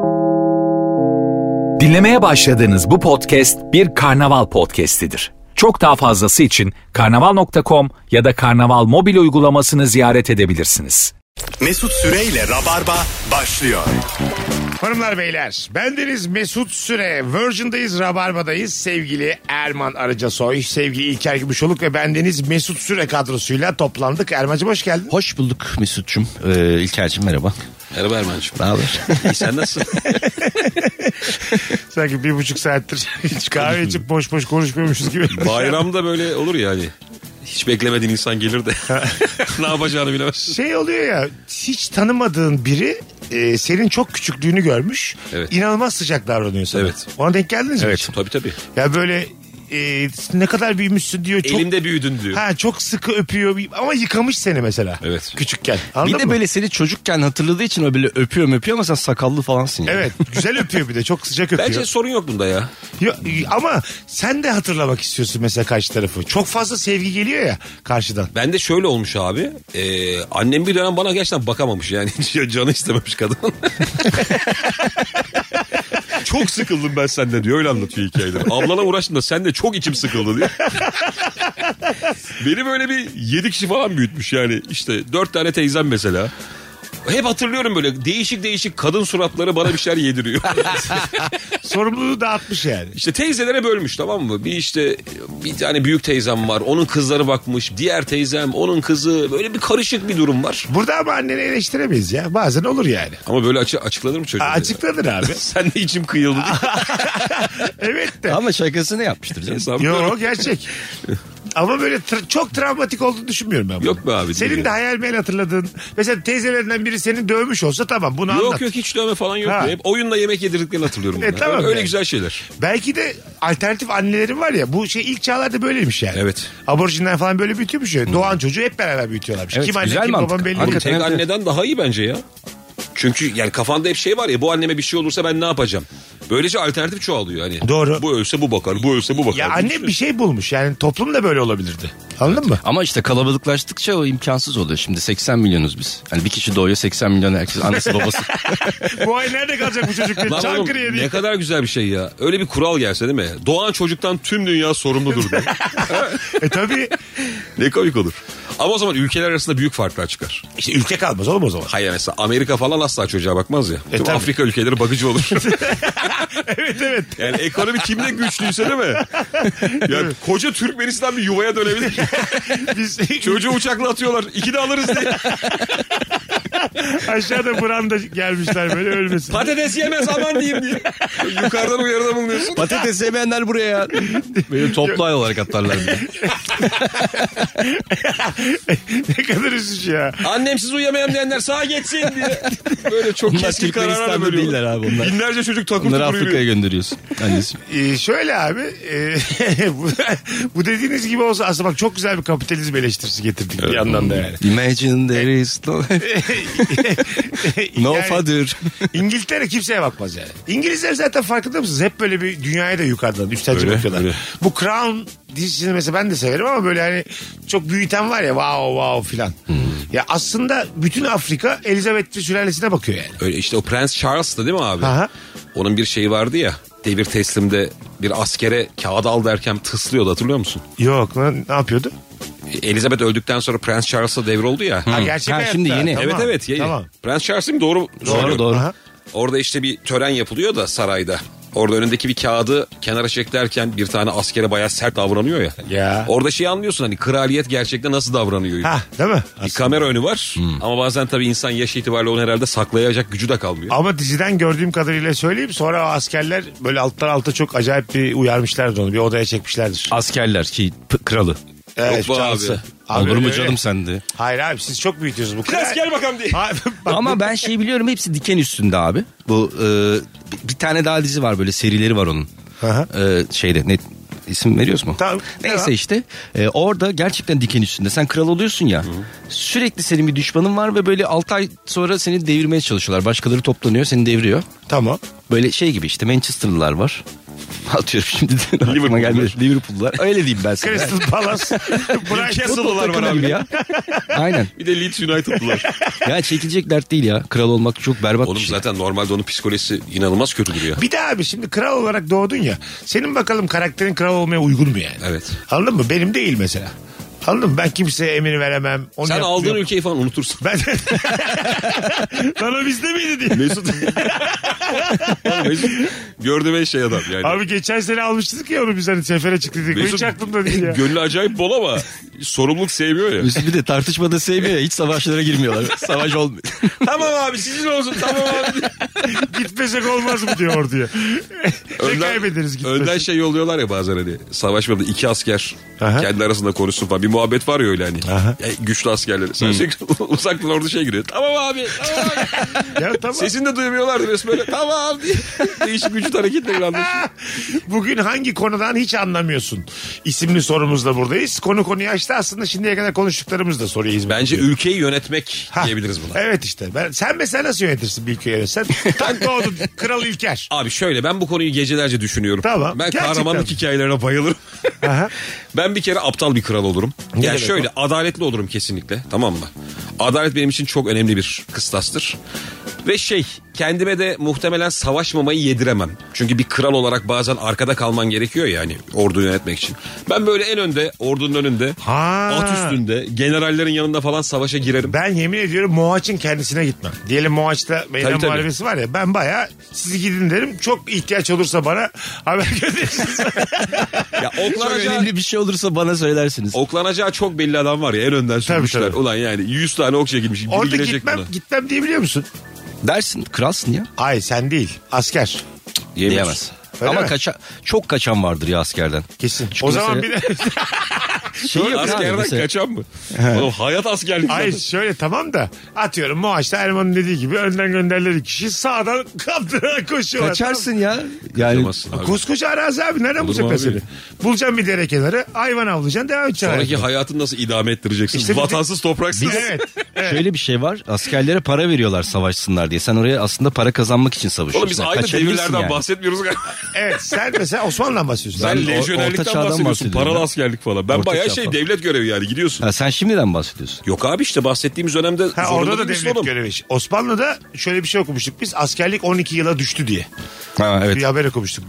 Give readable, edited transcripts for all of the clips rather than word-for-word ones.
Dinlemeye başladığınız bu podcast bir karnaval podcastidir. Çok daha fazlası için karnaval.com ya da karnaval mobil uygulamasını ziyaret edebilirsiniz. Mesut Süreyle Rabarba başlıyor. Hanımlar beyler, bendeniz Mesut Süre, Virgin'dayız, Rabarba'dayız. Sevgili Erman Arıcasoy, sevgili İlker Gümüşoluk ve bendeniz Mesut Süre kadrosuyla toplandık. Erman'cığım hoş geldin. Hoş bulduk Mesut'cum. İlker'cim merhaba. Merhaba Erman'cığım. Ne haber? İyi, sen nasılsın? Sanki 1,5 saattir hiç kahve içip boş boş konuşmuyormuşuz gibi. Bayramda böyle olur ya hani. Hiç beklemediğin insan gelir de ne yapacağını bilemez. Şey oluyor ya, hiç tanımadığın biri senin çok küçüklüğünü görmüş. Evet. İnanılmaz sıcak davranıyor sana. Evet. Ona denk geldiniz mi? Evet, tabii. Ya böyle ne kadar büyümüşsün diyor. Çok, elimde büyüdün diyor. Ha, çok sıkı öpüyor ama yıkamış seni mesela. Evet. Küçükken. Anladın Bir de mı? böyle seni çocukken hatırladığı için o böyle öpüyor ama sen sakallı falansın. Yani. Evet, güzel öpüyor, bir de çok sıcak öpüyor. Bence sorun yok bunda ya. Ama sen de hatırlamak istiyorsun mesela karşı tarafı. Çok fazla sevgi geliyor ya karşıdan. Bende şöyle olmuş abi. Annem bir dönem bana gerçekten bakamamış yani. Canı istememiş kadın. Çok sıkıldım ben senden diyor. Öyle anlatıyor hikayeleri. Ablana uğraştım da sen de çok içim sıkıldı diyor. Beni böyle bir 7 kişi falan büyütmüş yani. İşte 4 tane teyzem mesela. Hep hatırlıyorum böyle değişik kadın suratları bana bir şeyler yediriyor. Sorumluluğu dağıtmış yani. İşte teyzelere bölmüş, tamam mı? Bir tane büyük teyzem var. Onun kızları bakmış. Diğer teyzem, onun kızı. Böyle bir karışık bir durum var. Burada ama anneni eleştiremeyiz ya. Bazen olur yani. Ama böyle açıklanır mı çocuğum? Açıklanır abi. Sen de içim kıyıldı. Evet de. Ama şakasını yapmıştır canım. Yok, gerçek. Ama böyle çok travmatik olduğunu düşünmüyorum ben. Yok be abi. Senin de hayal meyil hatırladığın. Mesela teyzelerinden biri seni dövmüş olsa tamam, bunu anlat. Yok hiç dövme falan yok. Hep oyunla yemek yedirdiklerini hatırlıyorum. Tamam öyle yani. Güzel şeyler. Belki de alternatif annelerin var ya, bu ilk çağlarda böyleymiş yani. Evet. Aborjinler falan böyle büyütüyormuş ya. Doğan çocuğu hep beraber büyütüyorlarmış. Evet, Kim anne güzel kim mantık. baban belli Abi değil. tek anneden daha iyi bence ya. Çünkü yani kafanda hep şey var ya, bu anneme bir şey olursa ben ne yapacağım? Böylece alternatif çoğalıyor hani. Doğru. Bu ölse bu bakar, bu ölse bu bakar. Ya annem bir şey bulmuş yani, toplum da böyle olabilirdi. Anladın mı? Ama işte kalabalıklaştıkça o imkansız oluyor. Şimdi 80 milyonuz biz. Hani bir kişi doğuyor, 80 milyon herkes annesi babası. Bu ay nerede kalacak bu çocuk? Lan oğlum, Çankırı'ya diye. ne kadar güzel bir şey ya. Öyle bir kural gelse değil mi? Doğan çocuktan tüm dünya sorumludur diye. Tabii. Ne komik olur. Ama o zaman ülkeler arasında büyük farklar çıkar. İşte ülke kalmaz oğlum o zaman. Hayır, mesela Amerika falan asla çocuğa bakmaz ya. Tüm tabii. Afrika ülkeleri bakıcı olur. Evet. Yani ekonomi kimde güçlüyse değil mi? Yani koca Türkmenistan bir yuvaya dönebilir. Biz Çocuğu uçakla atıyorlar. 2 de alırız diye. aşağıda branda gelmişler böyle ölmesin. Patates yemez aman diyeyim diye. Yukarıdan uyarıda bulunuyorsun. Patates yemeyenler buraya ya. Beni toplu ay olarak atarlar. Ne kadar üzücü ya. Annemsiz uyuyamayan diyenler sağa geçsin diye. Böyle çok Onlar keskin kararlar Türkmenistan'da veriyorlar. değiller abi onlar. Binlerce çocuk takır Onları tukur Afrika'ya yürüyor. gönderiyorsun. Annesi. Şöyle abi bu dediğiniz gibi olsa aslında bak, çok güzel bir kapitalizm eleştirisi getirdik bir yandan da yani. Imagine there is no Yani father. İngiltere kimseye bakmaz yani. İngilizler zaten farkında mısınız? Hep böyle bir dünyaya da yukarıdan üstelci Öyle, bakıyorlar. öyle. Bu Crown dizisini mesela ben de severim ama böyle hani çok büyüten var ya, wow filan. Ya aslında bütün Afrika Elizabeth sülalesine bakıyor yani. Öyle işte, o Prens Charles'tı değil mi abi? Aha. Onun bir şeyi vardı ya. Devir teslimde bir askere kağıt al derken tıslıyordu, hatırlıyor musun? Yok lan, ne yapıyordu? Elizabeth öldükten sonra Prens Charles'a devir oldu ya. Ha, gerçek hayatta. şimdi yeni. Tamam. Evet. Tamam. Prens Charles değil mi? Doğru. Doğru. Aha. Orada işte bir tören yapılıyor da sarayda. Orada önündeki bir kağıdı kenara çeklerken bir tane askere bayağı sert davranıyor ya. Ya. Orada şey anlıyorsun, hani kraliyet gerçekten nasıl davranıyor. Ha, değil mi? Bir kamera önü var ama bazen tabii insan yaş itibariyle onu herhalde saklayacak gücü de kalmıyor. Ama diziden gördüğüm kadarıyla söyleyeyim, sonra o askerler böyle alttan alta çok acayip bir uyarmışlardı onu. Bir odaya çekmişlerdir. Askerler ki kralı. Evet, Yok be Charles'ı. abi. Olur mu öyle. canım sende? Hayır abi, siz çok büyütüyorsunuz bu Prens gel bakalım diye. Abi, bak, Ama ben şey biliyorum, hepsi diken üstünde abi. Bu bir tane daha dizi var, böyle serileri var onun. Aha. Şeyde ne isim veriyoruz mu? Tamam. Neyse Tamam. işte orada gerçekten diken üstünde. Sen kral oluyorsun ya. Sürekli senin bir düşmanın var ve böyle 6 ay sonra seni devirmeye çalışıyorlar. Başkaları toplanıyor, seni deviriyor. Tamam. Böyle şey gibi işte, Manchester'lılar var. Atıyorum şimdi de aklıma gelmedi. Liverpool'lar. Öyle diyeyim ben sana. Crystal Palace. Newcastle'lılar var abi. Ya. Aynen. Bir de Leeds United'lılar. Ya çekilecek dert değil ya. Kral olmak çok berbat Oğlum bir şey. zaten normalde onun psikolojisi inanılmaz kötüdür ya. Bir de abi şimdi kral olarak doğdun ya. Senin bakalım karakterin kral olmaya uygun mu yani? Evet. Anladın mı? Benim değil mesela. Anladın mı? Ben kimseye emir veremem. Onu Sen yapmıyorum. aldığın ülkeyi falan unutursun. Ben bana bizde miydi diye. Mesut. Mesut gördüğüm en şey adam yani. Abi geçen sene almıştık ya onu biz hani sefere çıktık. Hiç aklımda değil ya. Gönlü acayip bol ama sorumluluk sevmiyor ya. Bir de tartışmada sevmiyor ya. Hiç savaşlara girmiyorlar. Savaş olmuyor. Tamam abi sizin olsun tamam abi. Gitmesek olmaz mı diyor orduya. Ne kaybederiz gitmesek. Önden şey yolluyorlar ya bazen hani savaşmada 2 asker Aha. kendi arasında konuşsun falan. Bir muhabbet var ya öyle hani. Ya, güçlü askerler. Sen sürekli uzaktan orada şey giriyor. Tamam abi tamam abi. Ya tamam. Sesini de duymuyorlardı resmen böyle. Tamam diye. Değişik vücut hareketleri anlaşılıyor. Bugün hangi konudan hiç anlamıyorsun? İsimli sorumuzla buradayız. Konuyu açtı aslında şimdiye kadar konuştuklarımız da soruya hizmet Bence ediyor. ülkeyi yönetmek Ha, diyebiliriz buna. Evet işte. Sen mesela nasıl yönetirsin bir ülkeyi yönetsen? Tam doğdun. Kral İlker. Abi şöyle ben bu konuyu gecelerce düşünüyorum. Tamam, Ben gerçekten. kahramanlık hikayelerine bayılırım. Aha. Ben bir kere aptal bir kral olurum. Ne Yani demek şöyle adaletli olurum kesinlikle, tamam mı? Adalet benim için çok önemli bir kıstastır. Ve kendime de muhtemelen savaşmamayı yediremem. Çünkü bir kral olarak bazen arkada kalman gerekiyor ya hani orduyu yönetmek için. Ben böyle en önde, ordunun önünde, Ha. at üstünde, generallerin yanında falan savaşa girerim. Ben yemin ediyorum Mohaç'ın kendisine gitmem. Diyelim Mohaç'ta meydan Tabii. muharebesi var ya ben bayağı siz gidin derim. Çok ihtiyaç olursa bana haber gönderirsiniz. Ya Çok oklanacağı, önemli bir şey olursa bana söylersiniz. oklanacağı çok belli adam var ya en önden sürmüşler. tabii. Ulan yani 100 tane ok çekilmiş. Biri Orada girecek buna. gitmem diyebiliyor musun? Dersin kralsın ya. Ay sen değil asker. Diyemez. Öyle Ama mi? çok kaçan vardır ya askerden. Kesin. Çünkü O zaman mesela- bir de... Şey yok abi Askerden mesela. kaçan mı? Oğlum hayat askerlik Ay zaten. şöyle tamam da atıyorum Mohaç'ta Erman'ın dediği gibi önden gönderilen kişi sağdan kaptırarak koşuyorlar. Kaçarsın ya. Yani Kaçamazsın abi. Koskoca arazi abi nereden Olur mu bulacaklar abi? seni? Bulacaksın bir dere kenarı hayvan avlayacaksın devam edeceksin. Sonraki hayatına. hayatını nasıl idame ettireceksin? İşte Vatansız topraksız. Evet. şöyle bir şey var. Askerlere para veriyorlar savaşsınlar diye. Sen oraya aslında para kazanmak için savaşıyorsun. Oğlum biz Yani aynı kaçabilirsin devirlerden yani. bahsetmiyoruz galiba. Evet sen mesela Osmanlı'dan bahsediyorsun. Sen Ben lejyonerlikten orta çağdan bahsediyorsun. bahsediyorum Paralı ben. askerlik falan. Ben Orta bayağı çağ falan. devlet görevi yani gidiyorsun. Ha, sen şimdiden bahsediyorsun. Yok abi işte bahsettiğimiz dönemde Ha, zorunda orada da değilsin devlet oğlum. görevi. Osmanlı'da şöyle bir şey okumuştuk biz. Askerlik 12 yıla düştü diye. Ha, evet. Bir haber okumuştuk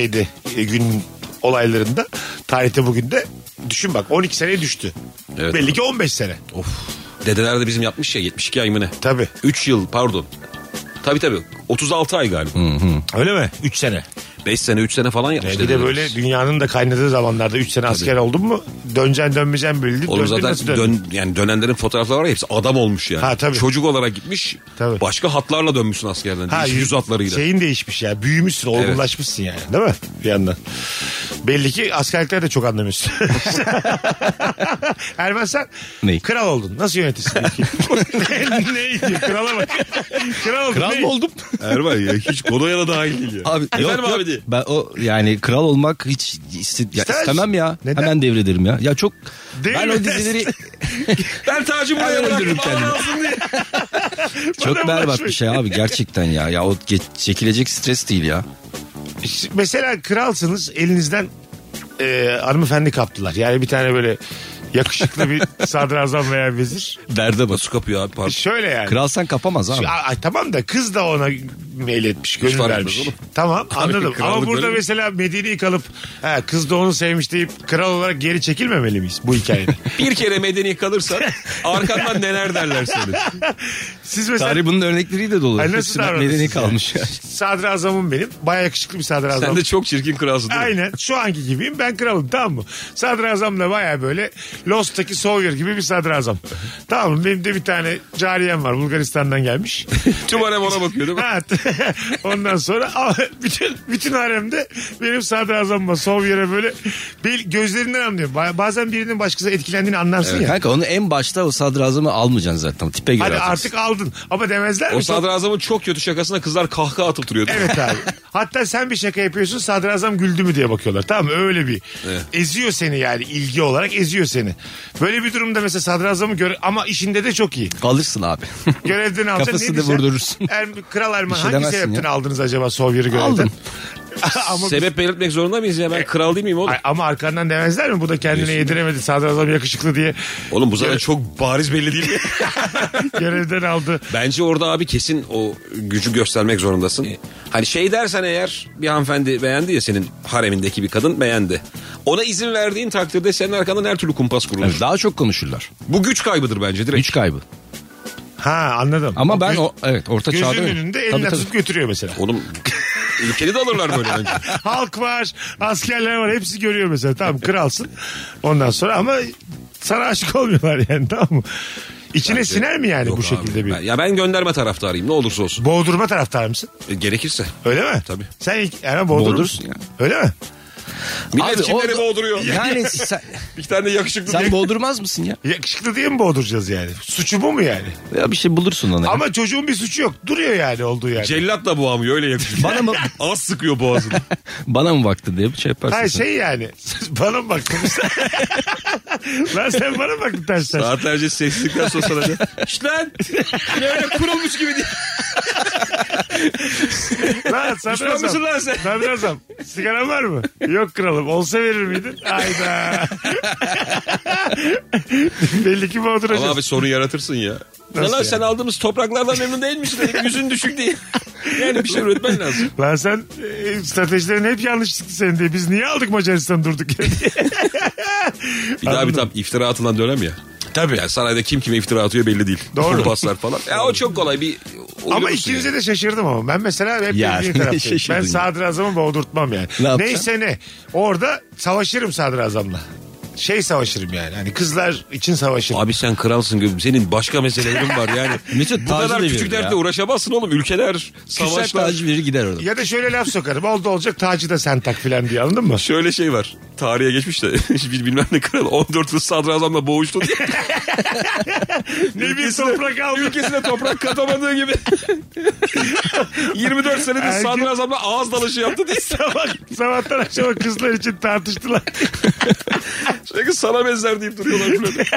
gün olaylarında. Tarihte bugün de düşün bak 12 seneye düştü. Evet. Belli ki 15 sene. Of. Dedeler de bizim yapmış ya 72 ay mı ne? Tabii. 3 yıl pardon. Tabii 36 ay galiba. Öyle mi? 3 sene. 5 sene 3 sene falan yapmış Bir de dedeler. böyle dünyanın da kaynadığı zamanlarda 3 sene asker oldun mu döneceksin dönmeyeceksin belli. Oğlum Döndün, nasıl zaten döndün? yani dönenlerin fotoğrafları var ya hepsi adam olmuş yani. Ha, tabii. Çocuk olarak gitmiş. Tabii. Başka hatlarla dönmüşsün askerden. Yüz hatlarıyla. Şeyin değişmiş ya. Büyümüşsün, olgunlaşmışsın yani. Değil mi? Bir yandan. Belli ki askerlikler de çok anlamıyorsun. Erman sen Ney? kral oldun. Nasıl yönetirsin ülkeyi? Neydi? Krala bak. Kral oldun. Kral ney? mı oldum? Erman ya hiç konuya da dahil değil ya. Abi Efendim abi diye. Ben o yani kral olmak hiç İstemez. istemem ya. Neden? Hemen devrederim ya. Ya çok Değil ben mi? o dizileri Ben tacı buraya Hemen öldürürüm bıraktım. kendimi. Allah olsun diye. çok Bana berbat bulaşmayın. bir şey abi gerçekten ya. Ya o çekilecek stres değil ya. Mesela kralsınız elinizden hanımefendi kaptılar. Yani bir tane böyle yakışıklı bir sadrazam veya vezir. Derde bak. Nasıl kapıyor abi pardon. Şöyle yani. Kralsan kapamaz abi. Ay, tamam da kız da ona meyletmiş, gönül fark vermiş. etmez oğlum. Tamam anladım. Ama krallık burada öyle mi? mesela Medine'yi kalıp kız da onu sevmiş deyip kral olarak geri çekilmemeli miyiz bu hikayede? Bir kere medeni kalırsan arkandan neler derler seni. Siz mesela Tarih bunun örnekleriyle dolu. Ay, nasıl Hepsi davranırsınız medeni yani? kalmış. sadrazamım benim. Baya yakışıklı bir sadrazam. Sen de çok çirkin kralsın değil mi? Aynen şu anki gibiyim ben kralım tamam mı? Sadrazam da baya böyle Lost'taki Sawyer gibi bir sadrazam. Tamam mı? Benim de bir tane cariyem var Bulgaristan'dan gelmiş. Tüm harem ona bakıyor değil mi? Evet. Ondan sonra bütün haremde benim sadrazamıma Sawyer'e böyle gözlerinden anlıyorum. Bazen birinin başkası etkilendiğini anlarsın ya. Kanka onu en başta o sadrazamı almayacaksın zaten. Tipe göre Hadi atarsın. artık aldın ama demezler mi? O sadrazamın çok kötü şakasına kızlar kahkaha atıp duruyordu. Evet abi. Hatta sen bir şaka yapıyorsun sadrazam güldü mü diye bakıyorlar. Tamam mı? Öyle bir. Evet. Eziyor seni yani ilgi olarak eziyor seni. Böyle bir durumda mesela sadrazamı ama işinde de çok iyi. Alırsın abi. Görevden alacaksın. Kafasını ne diyeceksin? vurdurursun. Kral Erman Bir şey hangi demezsin sebepten ya. aldınız acaba Sawyer'ı görevden? Aldım. Ama Sebep belirtmek zorunda mıyız ya? Ben kral değil miyim oğlum? ama arkandan demezler mi? Bu da kendine yediremedi. Sadrazam yakışıklı diye Oğlum bu zaten çok bariz belli değil mi? görevden aldı. Bence orada abi kesin o gücü göstermek zorundasın. Hani şey dersen eğer, bir hanımefendi beğendi ya, senin haremindeki bir kadın beğendi. Ona izin verdiğin takdirde senin arkandan her türlü kumpas kurulur. Yani daha çok konuşurlar. Bu güç kaybıdır bence direkt. Güç kaybı. Ha, anladım. Ama ben orta çağda... Gözünün önünde eline tutup götürüyor mesela. Oğlum ülkeni de alırlar böyle bence. Halk var, askerler var, hepsi görüyor mesela. Tamam, kralsın. Ondan sonra ama sana aşık olmuyorlar yani, tamam mı? İçine Bence siner mi yani yok bu abi. şekilde bir? Ben gönderme taraftarıyım ne olursa olsun. Boğdurma taraftar mısın? Gerekirse. Öyle mi? Tabii. Sen ilk Erman boğdurur Boğdursun musun? ya. Öyle mi? Millet Abi, kimleri o- boğduruyor? Yani sen, Bir tane de yakışıklı sen diye. boğdurmaz mısın ya? Yakışıklı diye mi boğduracağız yani? Suçu bu mu yani? Ya bir şey bulursun ona. Ama çocuğun bir suçu yok. Duruyor yani olduğu yerde. Cellat da boğamıyor öyle yakışıklı. Bana mı? Az sıkıyor boğazını. Bana mı baktın diye bir şey yaparsın. Hayır sen. şey yani. Bana mı baktın? Lan sen bana mı baktın ters ters? Saatlerce sessizlikten sonra sana de. İşte lan. Yine öyle kurulmuş gibi diye. Lan Düşman mısın lan sen? Sadrazam. Sigaran var mı? Yok kralım. Olsa verir miydin? Hayda. Belli ki boğduracağız. Ama abi sorun yaratırsın ya. Nasıl Lan yani? sen aldığımız topraklardan memnun değil misin? Dedim, yüzün düşük diye. Yani bir şey üretmen lazım. Lan sen stratejilerin hep yanlış çıktı senin diye. Biz niye aldık Macaristan'ı durduk yere diye. Bir daha bir Anladım. tam iftira atılan dönem ya. Tabii. Yani sarayda kim kime iftira atıyor belli değil. Doğru. Kumpaslar falan. Ya o çok kolay bir... Ama uyuyorsun ikinize yani. de şaşırdım ama. Ben mesela hep Ya, bildiğin taraftayım. şaşırdın Ben ya. sadrazamı boğdurtmam yani. Ne yapacaksın? Neyse ne. Orada savaşırım sadrazamla. Savaşırım yani. Hani kızlar için savaşırım. Abi sen kralsın gözüm. Senin başka meselelerin var yani. Mesut Bu tacı kadar da küçük verir dertle ya. uğraşamazsın oğlum. Ülkeler, Küçük savaşlar. tacı verir gider orada. Ya da şöyle laf sokarım. Oldu olacak tacı da sen tak filan diye, anladın mı? Şöyle şey var. Tarihe geçmiş de bilmem ne kral 14 yıl sadrazamla boğuştu diye. Ne bir toprak aldı. Ülkesine toprak katamadığı gibi. 24 senedir Erkek- sadrazamla ağız dalışı yaptı diye. Sabahtan akşama kızlar için tartıştılar. Sürekli sana benzer deyip duruyorlar böyle.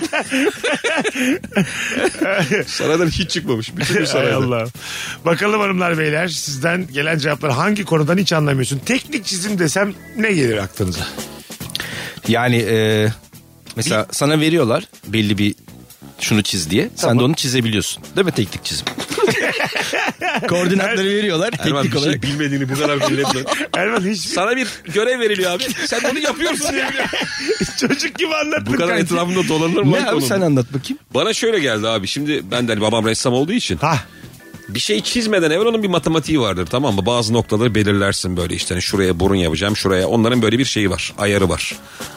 Saraydan hiç çıkmamış. Bütün gün Hay sarayda. Allah. Bakalım hanımlar beyler, sizden gelen cevaplar, hangi konudan hiç anlamıyorsun? Teknik çizim desem ne gelir aklınıza? Yani mesela sana veriyorlar belli bir şunu çiz diye. Sen de onu çizebiliyorsun. Değil mi teknik çizim? Koordinatları veriyorlar Erman teknik bir olarak. şey bilmediğini bu kadar belli etme. Erman hiç Sana bir görev veriliyor abi. Sen bunu yapıyorsun diye biliyorum. çocuk gibi anlattın. Bu kadar kanki. etrafında dolanır mı? Ne abi sen anlat bakayım. Bana şöyle geldi abi. Şimdi ben de hani babam ressam olduğu için. Hah. Bir şey çizmeden evvel onun bir matematiği vardır, tamam mı? Bazı noktaları belirlersin böyle, işte hani şuraya burun yapacağım, şuraya. Onların böyle bir şeyi var, ayarı var.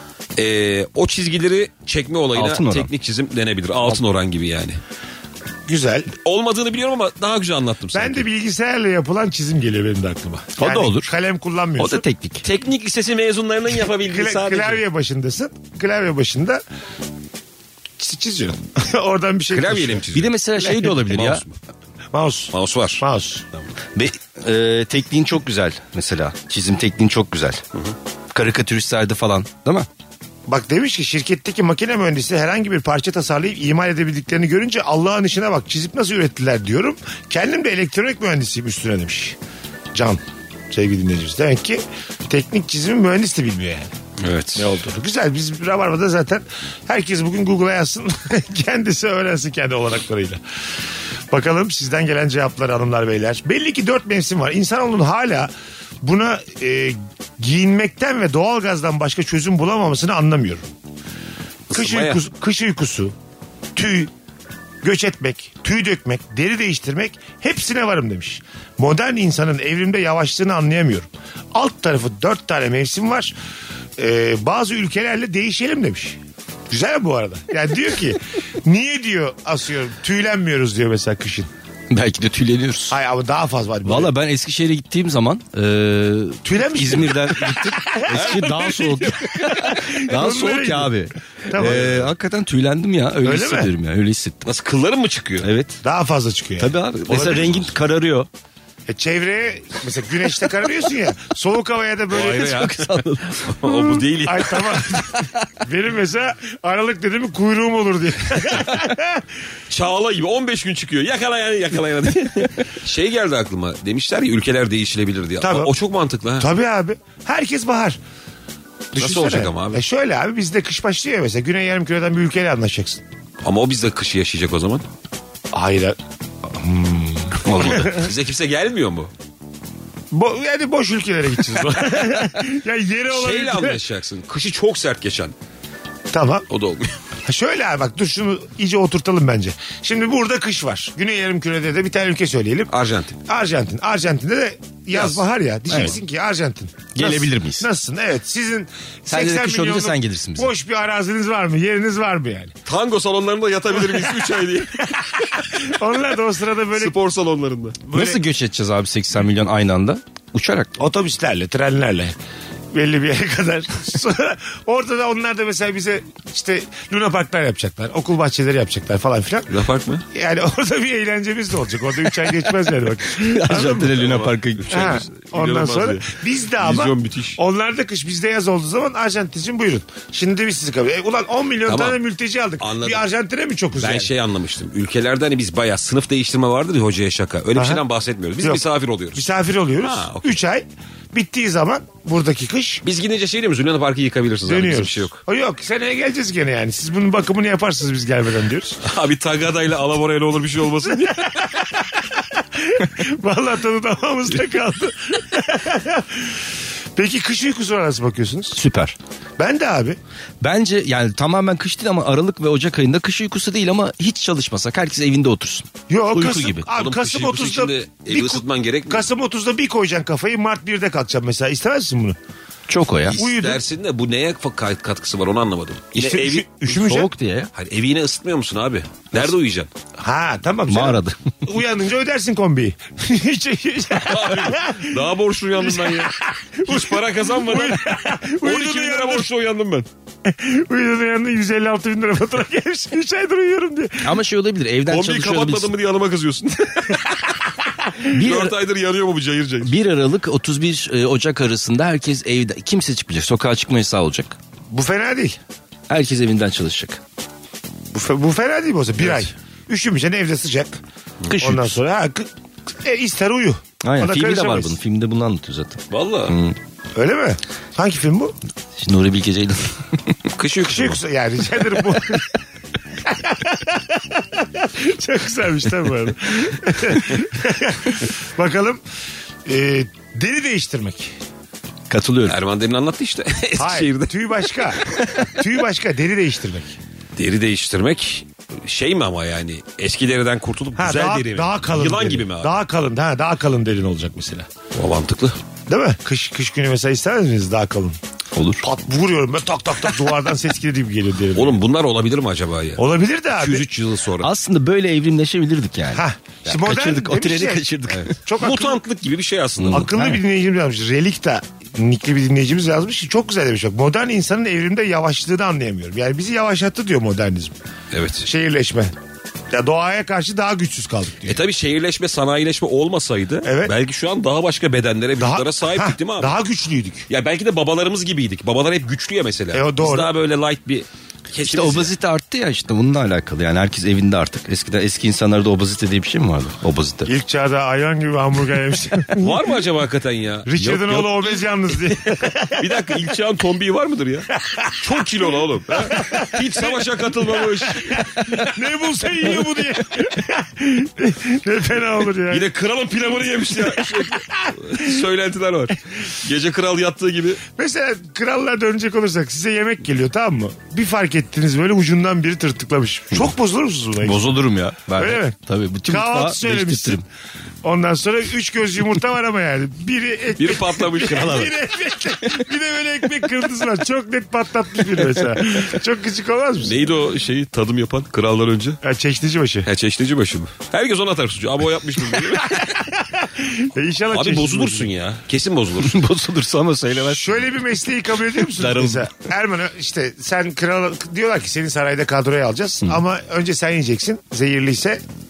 O çizgileri çekme olayına Altın oran. teknik çizim denebilir. Altın oran gibi yani. Güzel. Olmadığını biliyorum ama daha güzel anlattım sanki. Ben de bilgisayarla yapılan çizim geliyor benim de aklıma. O da olur. Kalem O kullanmıyorsun. da teknik. Teknik lisesi mezunlarının yapabildiği sadece. Klavye başındasın. Klavye başında çiziyorsun. Oradan bir şey Klavyeyle koşuyor. mi çiziyor? Bir de mesela şey de olabilir ya. Mouse mu? Mouse. Mouse var. Mouse. Tekniğin çok güzel mesela. Çizim tekniğin çok güzel. Karikatüristlerde falan değil mi? Bak demiş ki şirketteki makine mühendisi herhangi bir parça tasarlayıp imal edebildiklerini görünce Allah'ın işine bak, çizip nasıl ürettiler diyorum. Kendim de elektronik mühendisiyim üstüne demiş. Can, sevgili dinleyicimiz. Demek ki teknik çizimi mühendis de bilmiyor yani. Evet. Ne olduğunu. Güzel, biz Rabarba'da zaten herkes bugün Google'a yazsın. Kendisi öğrensin kendi olanaklarıyla. Bakalım sizden gelen cevaplar hanımlar beyler. Belli ki 4 mevsim var. İnsanoğlunun hala buna giyinmekten ve doğalgazdan başka çözüm bulamamasını anlamıyorum. Isınmaya. Kış uykusu, tüy, göç etmek, tüy dökmek, deri değiştirmek, hepsine varım demiş. Modern insanın evrimde yavaşlığını anlayamıyorum. Alt tarafı 4 tane mevsim var. Bazı ülkelerle değişelim demiş. Güzel bu arada. Yani diyor ki niye diyor asıyorum tüylenmiyoruz diyor mesela kışın. Belki de tüyleniyoruz. Hayır ama daha fazla var. Valla ben Eskişehir'e gittiğim zaman Tüylenmiş. İzmir'den gittim. Eskişehir daha soğuk. Daha soğuk ya abi. Tamam. Hakikaten tüylendim ya. Öyle, Öyle mi? hissediyorum ya. Öyle hissettim. Nasıl, kılların mı çıkıyor? Evet. Daha fazla çıkıyor yani. Tabii abi. Mesela Olabilir. rengin kararıyor. Çevreye mesela güneşte kararıyorsun ya. Soğuk havaya da böyle. Ayrı ya. O bu değil ya. Ay tamam. Benim mesela Aralık dedim kuyruğum olur diye. Çağla gibi 15 gün çıkıyor. Yakalayan. Şey geldi aklıma. Demişler ya ülkeler değişilebilir diye. Tabii. O çok mantıklı ha. Tabii abi. Herkes bahar. Nasıl olacak ama abi? Şöyle abi bizde kış başlıyor mesela. Güney yarımküreden bir ülkeyle anlaşacaksın. Ama o bizde kışı yaşayacak o zaman. Hayır. Bize kimse gelmiyor mu? Yani boş ülkelere gideceğiz. Yani yeri olan Şeyle anlaşacaksın. Kışı çok sert geçen. Tamam. O da olmuyor. Şöyle abi bak dur şunu iyice oturtalım bence. Şimdi burada kış var. Güney yarımkürede de bir tane ülke söyleyelim. Arjantin. Arjantin'de de yaz bahar ya. Diyeceksin Evet. ki Arjantin. Gelebilir miyiz? Nasılsın? Evet. Sizin Sen de 80 kış olunca milyonluk sen gelirsin bize. boş bir araziniz var mı? Yeriniz var mı yani? Tango salonlarında yatabilir miyiz 3 ay diye. Onlar da o sırada böyle Spor salonlarında. Nasıl göç edeceğiz abi 80 milyon aynı anda? Uçarak. otobüslerle, trenlerle belli bir yere kadar. Sonra ortada onlar da mesela bize işte Luna Parklar yapacaklar. Okul bahçeleri yapacaklar falan filan. Luna Park mı? Yani orada bir eğlencemiz de olacak. Orada 3 ay geçmez yani bak. Arjantin'e Luna Park'a Ha, ondan İnanılmaz sonra ya. bizde ama Vizyon müthiş. onlarda kış bizde yaz olduğu zaman Arjantin için buyurun. Şimdi biz sizi kabul. Ulan 10 milyon Tamam. tane mülteci aldık. Anladım. Bir Arjantin'e mi çokuz Ben yani? şey anlamıştım. Ülkelerde hani biz bayağı sınıf değiştirme vardır ya hocaya şaka. Öyle bir Aha. şeyden bahsetmiyoruz. Biz Yok. misafir oluyoruz. Misafir oluyoruz. Ha, okey. 3 ay bittiği zaman buradaki kış Biz gidince şey diyor musun? Luna Park'ı yıkabilirsiniz abi. Bizim dönüyoruz. bir şey yok. O yok seneye geleceğiz gene yani. Siz bunun bakımını yaparsınız biz gelmeden diyoruz. Abi Tagada'yla Alabora'yla olur bir şey olmasın diye. Vallahi tadı damağımızda kaldı. Peki kış uykusuna nasıl bakıyorsunuz? Süper. Ben de abi. Bence yani tamamen kış değil ama Aralık ve Ocak ayında kış uykusu değil ama hiç çalışmasak herkes evinde otursun. Yok Uyku Kasım, gibi. Abi, Oğlum, Kasım kış uykusu 30'da içinde evi ısıtman gerekmiyor. Kasım 30'da bir koyacaksın kafayı Mart 1'de kalkacaksın mesela. İstemez misin bunu? Çok o ya. Uyudun. Dersin de bu neye katkısı var onu anlamadım. Yine İşte evi... üşümeyeceksin. Soğuk diye ya. Hayır, evi yine ısıtmıyor musun abi? Nerede uyuyacaksın? Ha tamam. canım. Mağarada. Uyanınca ödersin kombiyi. Daha borçlu uyandım ben ya. Hiç para kazanmadan 12 bin lira borçlu uyandım ben. Uyudun yanında 156 bin lira fatura gelmiş. 3 aydır uyuyorum diye. Ama şey olabilir evden Kombiyi çalışıyor kapatmadın olabilirsin. mı diye yanıma kızıyorsun. 4 aydır yanıyor mu bu cayır cayır? 1 Aralık 31 Ocak arasında herkes evde. Kimse çıkmayacak. Sokağa çıkma yasağı olacak. Bu fena değil. Herkes evinden çalışacak. Bu fena değil mi o zaman? Bir ay. Üşümeyeceksin evde sıcak. Kış Ondan uykusu. sonra ister uyu. Aynen Ona filmde var karışamayız. bunun. Filmde bunu anlatıyor zaten. Valla. Öyle mi? Hangi film bu? Şimdi Nuri Bilge Ceylan. Kış uykusu mu? Yani rica ederim bu. Çok güzelmiş tabii bu arada. Bakalım. Deri değiştirmek. Katılıyorum. Erman demin anlattı işte. Eskişehir'de. Hayır tüy başka. Tüy başka deri değiştirmek. Deri değiştirmek şey mi ama yani eski deriden kurtulup Ha, güzel daha, deri mi? daha kalın Yılan deri. gibi mi abi? Daha kalın. Daha kalın derin olacak mesela. O mantıklı. Değil mi? Kış günü mesela ister misiniz daha kalın? Olur. Pat vuruyorum ben tak tak tak duvardan ses gibi geliyor derim. Oğlum bunlar olabilir mi acaba ya? Olabilir de abi. 203 yıl sonra. Aslında böyle evrimleşebilirdik yani. Ha, Ya şimdi modern kaçırdık. O demiş treni ya. kaçırdık. Çok akıllı, Mutantlık gibi bir şey aslında. akıllı bir dinleyicimiz yazmış. Relikta nikli bir dinleyicimiz yazmış ki çok güzel demiş. Bak, modern insanın evrimde yavaşlığını anlayamıyorum. Yani bizi yavaşlattı diyor modernizm. Evet. Şehirleşme. Ya doğaya karşı daha güçsüz kaldık diyor. Tabii şehirleşme, sanayileşme olmasaydı Evet. belki şu an daha başka bedenlere, vücutlara sahiptik değil mi abi? Daha güçlüydük. Ya belki de babalarımız gibiydik. Babalar hep güçlü ya mesela. O doğru. Biz daha böyle light bir İşte kesiniz. obezite arttı ya işte bununla alakalı. Yani herkes evinde artık. Eskiden eski insanlarda obezite diye bir şey mi vardı? Obezite. İlk çağda hayvan gibi hamburger yemiş. Var mı acaba hakikaten ya? Richard'ın Yok, oğlu obez yalnız diye. Bir dakika ilk çağın tombiği var mıdır ya? Çok kilolu oğlum. Ha? Hiç savaşa katılmamış. Ne bulsa yiyor bu diye. Ne fena olur ya. Yine kralın pilavını yemiş ya. Söylentiler var. Gece kral yattığı gibi. Mesela krallar dönecek olursak size yemek geliyor tamam mı? Bir fark ettiniz böyle ucundan biri tırtıklamış. Çok bozulur musunuz buna? Bozulurum ya. Ben Öyle mi? Tabii. Bütün Kahvaltı mutfağı söylemişsin. değiştirtirim. Ondan sonra 3 göz yumurta var ama yani. Biri patlamış krala. Bir de böyle ekmek kırıntısı var. Çok net patlatmış biri mesela. Çok küçük olmaz mı? Neydi o şeyi tadım yapan krallar önce? Ya çeşnici başı. Ha çeşnici başı mı? Herkes ona atar suçu. Abi o yapmıştır. İnşallah Abi çeşnici bozulursun ya. Kesin bozulursun. Bozulursa ama söylemez. Şöyle bir mesleği kabul ediyor musunuz Darıldım. mesela? Erman işte sen kral diyorlar ki seni sarayda kadroya alacağız ama önce sen yiyeceksin. Zehirliyse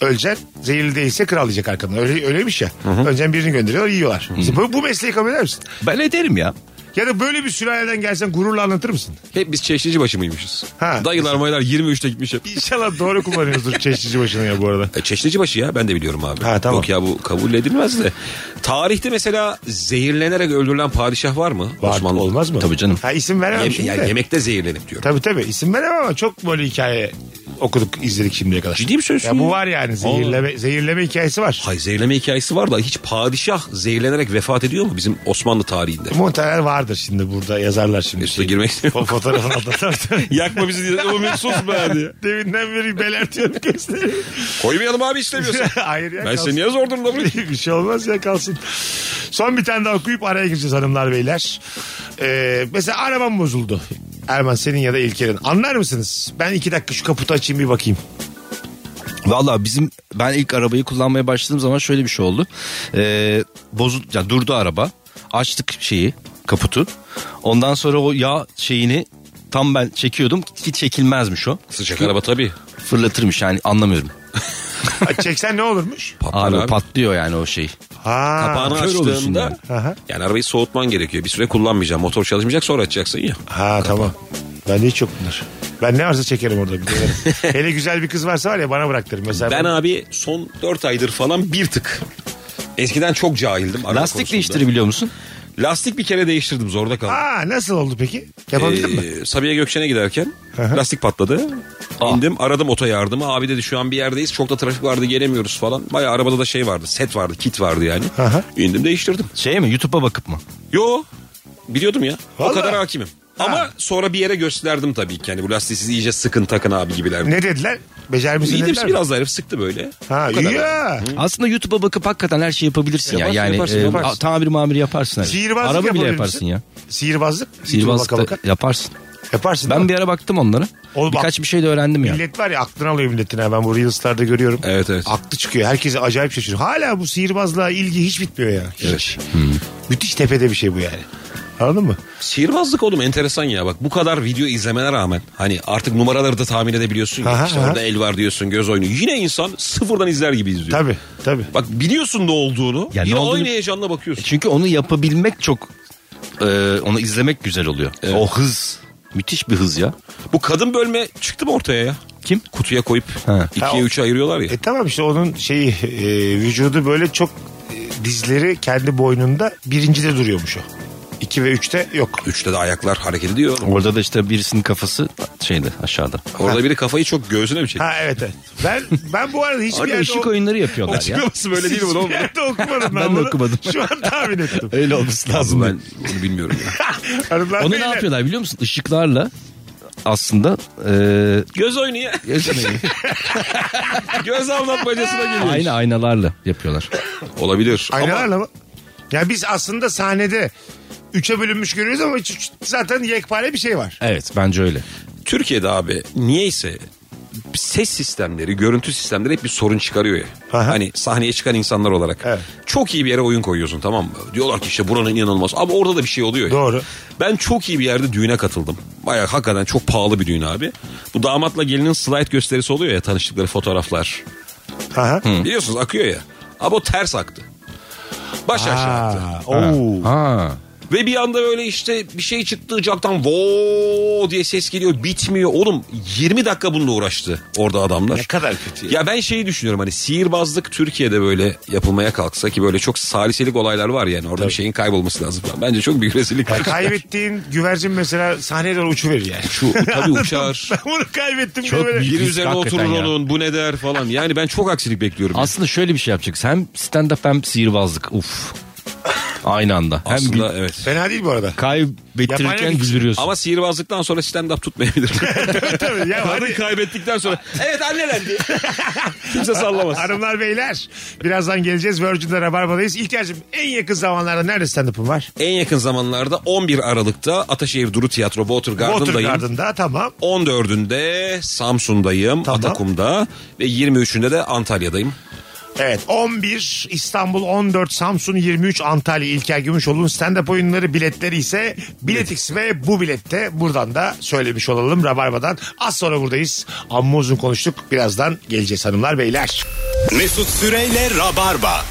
Öleceksin. Zehirli değilse kral yiyecek arkandan. Öyleymiş ya. Önceden birini gönderiyorlar, yiyorlar. Bu mesleği kabul eder misin? Ben ederim ya. Ya da böyle bir sülaleden gelsen gururla anlatır mısın? Hep biz çeşnici başı mıymışız? Ha. Dayılar maylar 23'te gitmiş hep. İnşallah doğru kullanıyoruzdur çeşnici başına ya bu arada. Çeşnici başı ya, ben de biliyorum abi. Ha, tamam. Yok ya, bu kabul edilmez de. Tarihte mesela zehirlenerek öldürülen padişah var mı? Var, Osmanlı. olmaz mı? Tabii canım. Ha, isim veremem şimdi Yani de. yemekte zehirlenip diyor. Tabii isim veremem ama çok böyle hikaye okuduk, izledik şimdiye kadar. Ciddi mi söylüyorsun? Ya bu var yani, zehirleme hikayesi var. Hayır, zehirleme hikayesi var da hiç padişah zehirlenerek vefat ediyor mu bizim Osmanlı tarihinde? Muhtemelen vardır şimdi, burada yazarlar şimdi. Mesut'a girmek istemiyorum. Fotoğrafın altında. Yakma bizi diye. O Mesut be diye. Deminden beri belertiyorum göstereyim. Koymayalım abi istemiyorsan. Hayır ya, Ben seni niye zor durumda bırakayım? Bir şey olmaz ya, kalsın. Son bir tane daha okuyup araya gireceğiz hanımlar beyler. Mesela arabam bozuldu. Erman, senin ya da İlker'in. Anlar mısınız? Ben 2 dakika şu kaputu açayım bir bakayım. Valla ben ilk arabayı kullanmaya başladığım zaman şöyle bir şey oldu. Yani durdu araba. Açtık kaputu. Ondan sonra o yağ şeyini tam ben çekiyordum. Hiç çekilmezmiş o. Sıcak araba tabii. Fırlatırmış yani, anlamıyorum. Çeksen ne olurmuş? Abi patlıyor yani o şey. Ha, Kapağını kör olursun açtığında yani. yani arabayı soğutman gerekiyor. Bir süre kullanmayacaksın. Motor çalışmayacak, sonra açacaksın ya. Ha, tamam. Bende hiç yok bunlar. Ben ne varsa çekerim orada. Hele güzel bir kız varsa var ya, bana bıraktırım. Mesela Ben abi son 4 aydır falan bir tık. Eskiden çok cahildim. araba Lastik konusunda. değiştirebiliyor musun? Lastik bir kere değiştirdim, zorda kaldım. Nasıl oldu peki? Yapabildin mi? Sabiha Gökçen'e giderken lastik patladı. İndim, aradım oto yardımı. Abi dedi şu an bir yerdeyiz, çok da trafik vardı, gelemiyoruz falan. Bayağı arabada da şey vardı, set vardı, kit vardı yani. İndim, değiştirdim. Mi, YouTube'a bakıp mı? Yo, biliyordum ya. Vallahi. O kadar hakimim. Ama sonra bir yere gösterdim tabii ki. Yani bu lastiği siz iyice sıkın takın abi gibiler. Ne dediler? Becer misin İyiydim, dediler mi? biraz da herif sıktı böyle. Ha, Bu kadar. iyi ya. Aslında YouTube'a bakıp hakikaten her şeyi yapabilirsin ya. Yaparsın, Yani yaparsın. tamir mamir yaparsın. Sihirbazlık Araba bile yapabilir yaparsın misin? ya. Sihirbazlık Sihirbazlık baka da yaparsın. yaparsın. değil Ben mi? bir ara baktım onlara. Oğlum, Birkaç bir şey de öğrendim ya. Millet var ya, aklını alıyor milletin. Ben bu Reels'larda görüyorum. Evet. Aklı çıkıyor. Herkese acayip şaşırıyor. Hala bu sihirbazlığa ilgi hiç bitmiyor ya. Hiç. Müthiş tepede bir şey bu yani. Anladın mı? Sihirbazlık oğlum enteresan ya. Bak bu kadar video izlemene rağmen hani artık numaraları da tahmin edebiliyorsun ya. Aha, İşte aha. orada el var diyorsun, göz oynuyor. Yine insan sıfırdan izler gibi izliyor. Tabii. Bak biliyorsun ne olduğunu. Ya yine ne olduğunu- aynı heyecanla bakıyorsun. Çünkü onu yapabilmek çok... onu izlemek güzel oluyor. Evet. O hız. Müthiş bir hız ya. Bu kadın bölme çıktı mı ortaya ya? Kim? Kutuya koyup Ha. 2'ye 3'e ayırıyorlar ya. Tamam işte onun vücudu böyle çok dizleri kendi boynunda birincide duruyormuş o. 2 ve 3'te yok. 3'te de ayaklar hareket ediyor. Orada da işte birisinin kafası aşağıda. Orada biri kafayı çok göğsüne mi çekiyor? Ha, evet. Ben bu arada hiçbir Orada yerde ışık oyunları yapıyorlar ya. Açıklaması böyle değil mi oğlum? Hiçbir yerde okumadım Ben de bunu. okumadım. Şu an tahmin ettim. Öyle olması lazım. Ben onu bilmiyorum ya. Hanımlar, Onu ne beyler. yapıyorlar biliyor musun? Işıklarla aslında Göz oynuyor. Göz aldatmacasına geliyor. aynı aynalarla yapıyorlar. Olabilir. Aynalarla mı? Ya biz aslında sahnede 3'e bölünmüş görüyoruz ama zaten yekpare bir şey var. Evet, bence öyle. Türkiye'de abi niyeyse ses sistemleri, görüntü sistemleri hep bir sorun çıkarıyor ya. Aha. Hani sahneye çıkan insanlar olarak. Evet. Çok iyi bir yere oyun koyuyorsun, tamam mı? Diyorlar ki işte buranın inanılmaz. Ama orada da bir şey oluyor ya. Doğru. Ben çok iyi bir yerde düğüne katıldım. Bayağı hakikaten çok pahalı bir düğün abi. Bu damatla gelinin slide gösterisi oluyor ya, tanıştıkları fotoğraflar. Aha. Biliyorsunuz akıyor ya. Ama o ters aktı. Baş aşağı aktı. Oo. Ha. Ve bir anda böyle işte bir şey çıktı caktan, voo diye ses geliyor, bitmiyor. Oğlum 20 dakika bununla uğraştı orada adamlar. Ne kadar kötü. Ya ben şeyi düşünüyorum, hani sihirbazlık Türkiye'de böyle yapılmaya kalksa, ki böyle çok saliselik olaylar var yani, orada bir şeyin kaybolması lazım falan. Bence çok büyük rezillik. Ya kaybettiğin güvercin mesela sahneye doğru uçuverir yani. Tabii uçar. Ben bunu kaybettim. Çok diye böyle. büyük. Biri üzerine Hakikaten oturur ya. onun, bu ne der falan. Yani ben çok aksilik bekliyorum. Aslında şöyle bir şey yapacaksın. Hem stand-up hem sihirbazlık. Uf. Aynı anda. Hem Aslında evet. Fena değil bu arada. kaybettirirken Yapan güldürüyorsun. Ama sihirbazlıktan sonra stand-up tutmayabilir. Tabii ya, Kadın hadi. kaybettikten sonra evet annelendi. Kimse sallamaz. Hanımlar beyler, birazdan geleceğiz. Virgin'de Rabarba'dayız. İlker'cim, en yakın zamanlarda nerede stand-up'ın var? En yakın zamanlarda 11 Aralık'ta Ataşehir Duru Tiyatro Watergarden'dayım. Watergarden'da, tamam. 14'ünde Samsun'dayım, Tamam. Atakum'da ve 23'ünde de Antalya'dayım. Evet 11 İstanbul, 14 Samsun, 23 Antalya İlker Gümüşoğlu'nun stand-up oyunları biletleri ise Biletix ve bu bilette, buradan da söylemiş olalım Rabarba'dan. Az sonra buradayız. Amma uzun konuştuk. Birazdan geleceğiz hanımlar beyler. Mesut Süreyle Rabarba.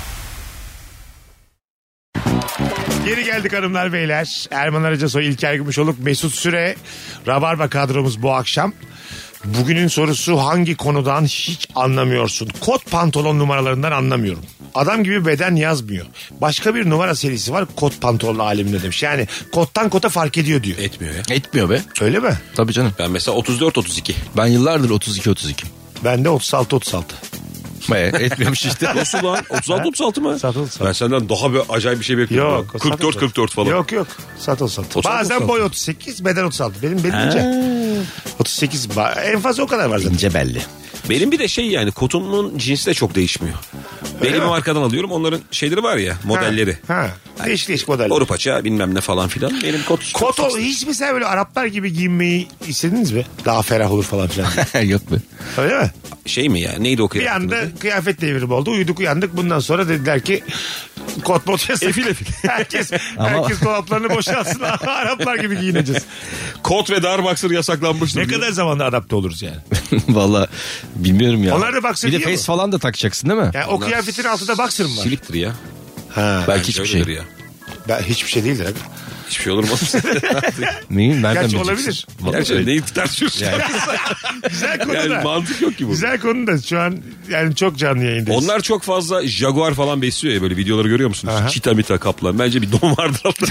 Geri geldik hanımlar beyler. Erman Arıcasoy, İlker Gümüşoluk, Mesut Süre. Rabarba kadromuz bu akşam. Bugünün sorusu, hangi konudan hiç anlamıyorsun? Kot pantolon numaralarından anlamıyorum. Adam gibi beden yazmıyor. Başka bir numara serisi var kot pantolon aleminde demiş. Yani kottan kota fark ediyor diyor. Etmiyor ya. Etmiyor be. Öyle mi? Tabii canım. Ben mesela 34-32. Ben yıllardır 32-32. Ben de 36-36. Etmiyormuş işte. Nasıl lan? 36-36 mı? 36. Ben senden daha bir acayip bir şey bekliyorum. Yok. 44-44 falan. Yok. 36. Bazen boy 38, beden 36. Benim ince. 38. En fazla o kadar var zaten. İnce belli. Benim bir de şey, yani kotumun cinsi de çok değişmiyor. Belli bir markadan alıyorum. Onların şeyleri var ya, modelleri. Ha. Değişik modeller. Boru paça bilmem ne falan filan. Benim Kot hiç mesela böyle Araplar gibi giyinmeyi istediniz mi? Daha ferah olur falan filan. Yok mu? Öyle mi? şey mi ya? Neydi o Bir kıyafetin anda adı? kıyafet devrimi oldu. Uyuduk uyandık. Bundan sonra dediler ki kot bot yasak. Efil. Herkes dolaplarını boşaltsın. Araplar gibi giyineceğiz. Kot ve dar boxer yasaklanmıştır. Ne kadar zamanda adapte oluruz yani? Valla bilmiyorum ya. Onlar da boxer bir de giyiyor face mu? falan da takacaksın değil mi? Yani o kıyafetin altında boxer mı var? Siliktir ya. Ha. Belki hiçbir şey. Öyledir ya. Ben, hiçbir şey değildir abi. Hiçbir şey olur mu? Neyin? Nereden Gerçi bileceksin? olabilir. Gerçekten neyi tartışıyorsun? Güzel konu Yani da. mantık yok ki bu. Güzel konu da şu an yani çok canlı yayındayız. Onlar çok fazla jaguar falan besliyor ya, böyle videoları görüyor musunuz? Aha. Çita mita kaplan. Bence bir don vardır altında.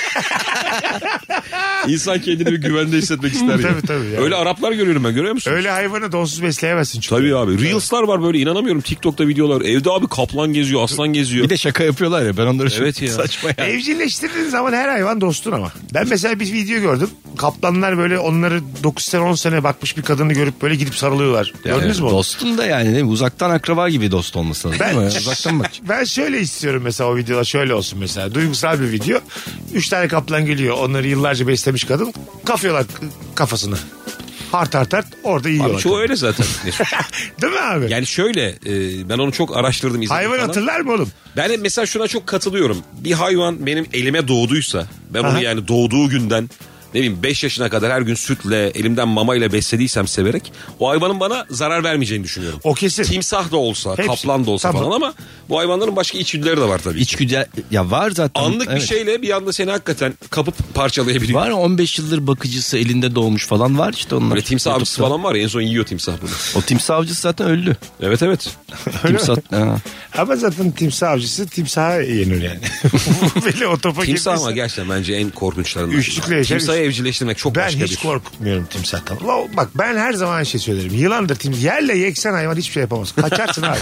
İnsan kendini bir güvende hissetmek ister ya. Tabii yani. Öyle Araplar görüyorum ben, görüyor musun? Öyle hayvanı donsuz besleyemezsin çünkü. Tabii abi. Reels'lar var böyle, inanamıyorum. TikTok'ta videolar. Evde abi kaplan geziyor, aslan geziyor. Bir de şaka yapıyorlar ya, ben onları çok Evet ya. saçma ya. Evcilleştirdiğin zaman her hayvan dostun ama. Ben mesela bir video gördüm. Kaplanlar böyle onları 9 sene 10 sene bakmış bir kadını görüp böyle gidip sarılıyorlar. Gördünüz mü onu? Dostun da yani değil mi? Uzaktan akraba gibi dost olması lazım değil mi? Uzaktan bak. Ben şöyle istiyorum mesela, o videolar şöyle olsun mesela. Duygusal bir video. 3 tane kaplan geliyor. Onları yıllarca beslemiş kadın. Kafıyorlar kafasını. Hart orada yiyorlar. Abi çoğu öyle zaten. Değil mi abi? Yani şöyle ben onu çok araştırdım, izledim Hayvan falan. hatırlar mı oğlum? Ben de mesela şuna çok katılıyorum. Bir hayvan benim elime doğduysa, ben Aha. onu yani doğduğu günden ne bileyim 5 yaşına kadar her gün sütle, elimden mamayla beslediysem severek, o hayvanın bana zarar vermeyeceğini düşünüyorum. O kesin. Timsah da olsa, Hepsi. kaplan da olsa Tamam. falan, ama bu hayvanların başka içgüdüleri de var tabii. İçgüdü ya var zaten. Anlık bir Evet. şeyle bir anda seni hakikaten kapıp parçalayabiliyor. Var 15 yıldır bakıcısı elinde doğmuş falan var işte onlar. Böyle timsah avcısı YouTube'da. falan var ya, en son yiyor timsah bunu. O timsah avcısı zaten öldü. Evet. Timsah. Ha. Ama zaten timsah avcısı timsaha yenir yani. Böyle o topa Timsah ama girdiyse- gerçekten bence en korkunçlarından. Üçlükle yaşar. Timsahı evcilleştirmek çok Ben başka hiç bir. korkmuyorum timsahtan. Bak ben her zaman şey söylerim. Yılandır timsah. Yerle yeksen hayvan hiçbir şey yapamaz. Kaçarsın abi.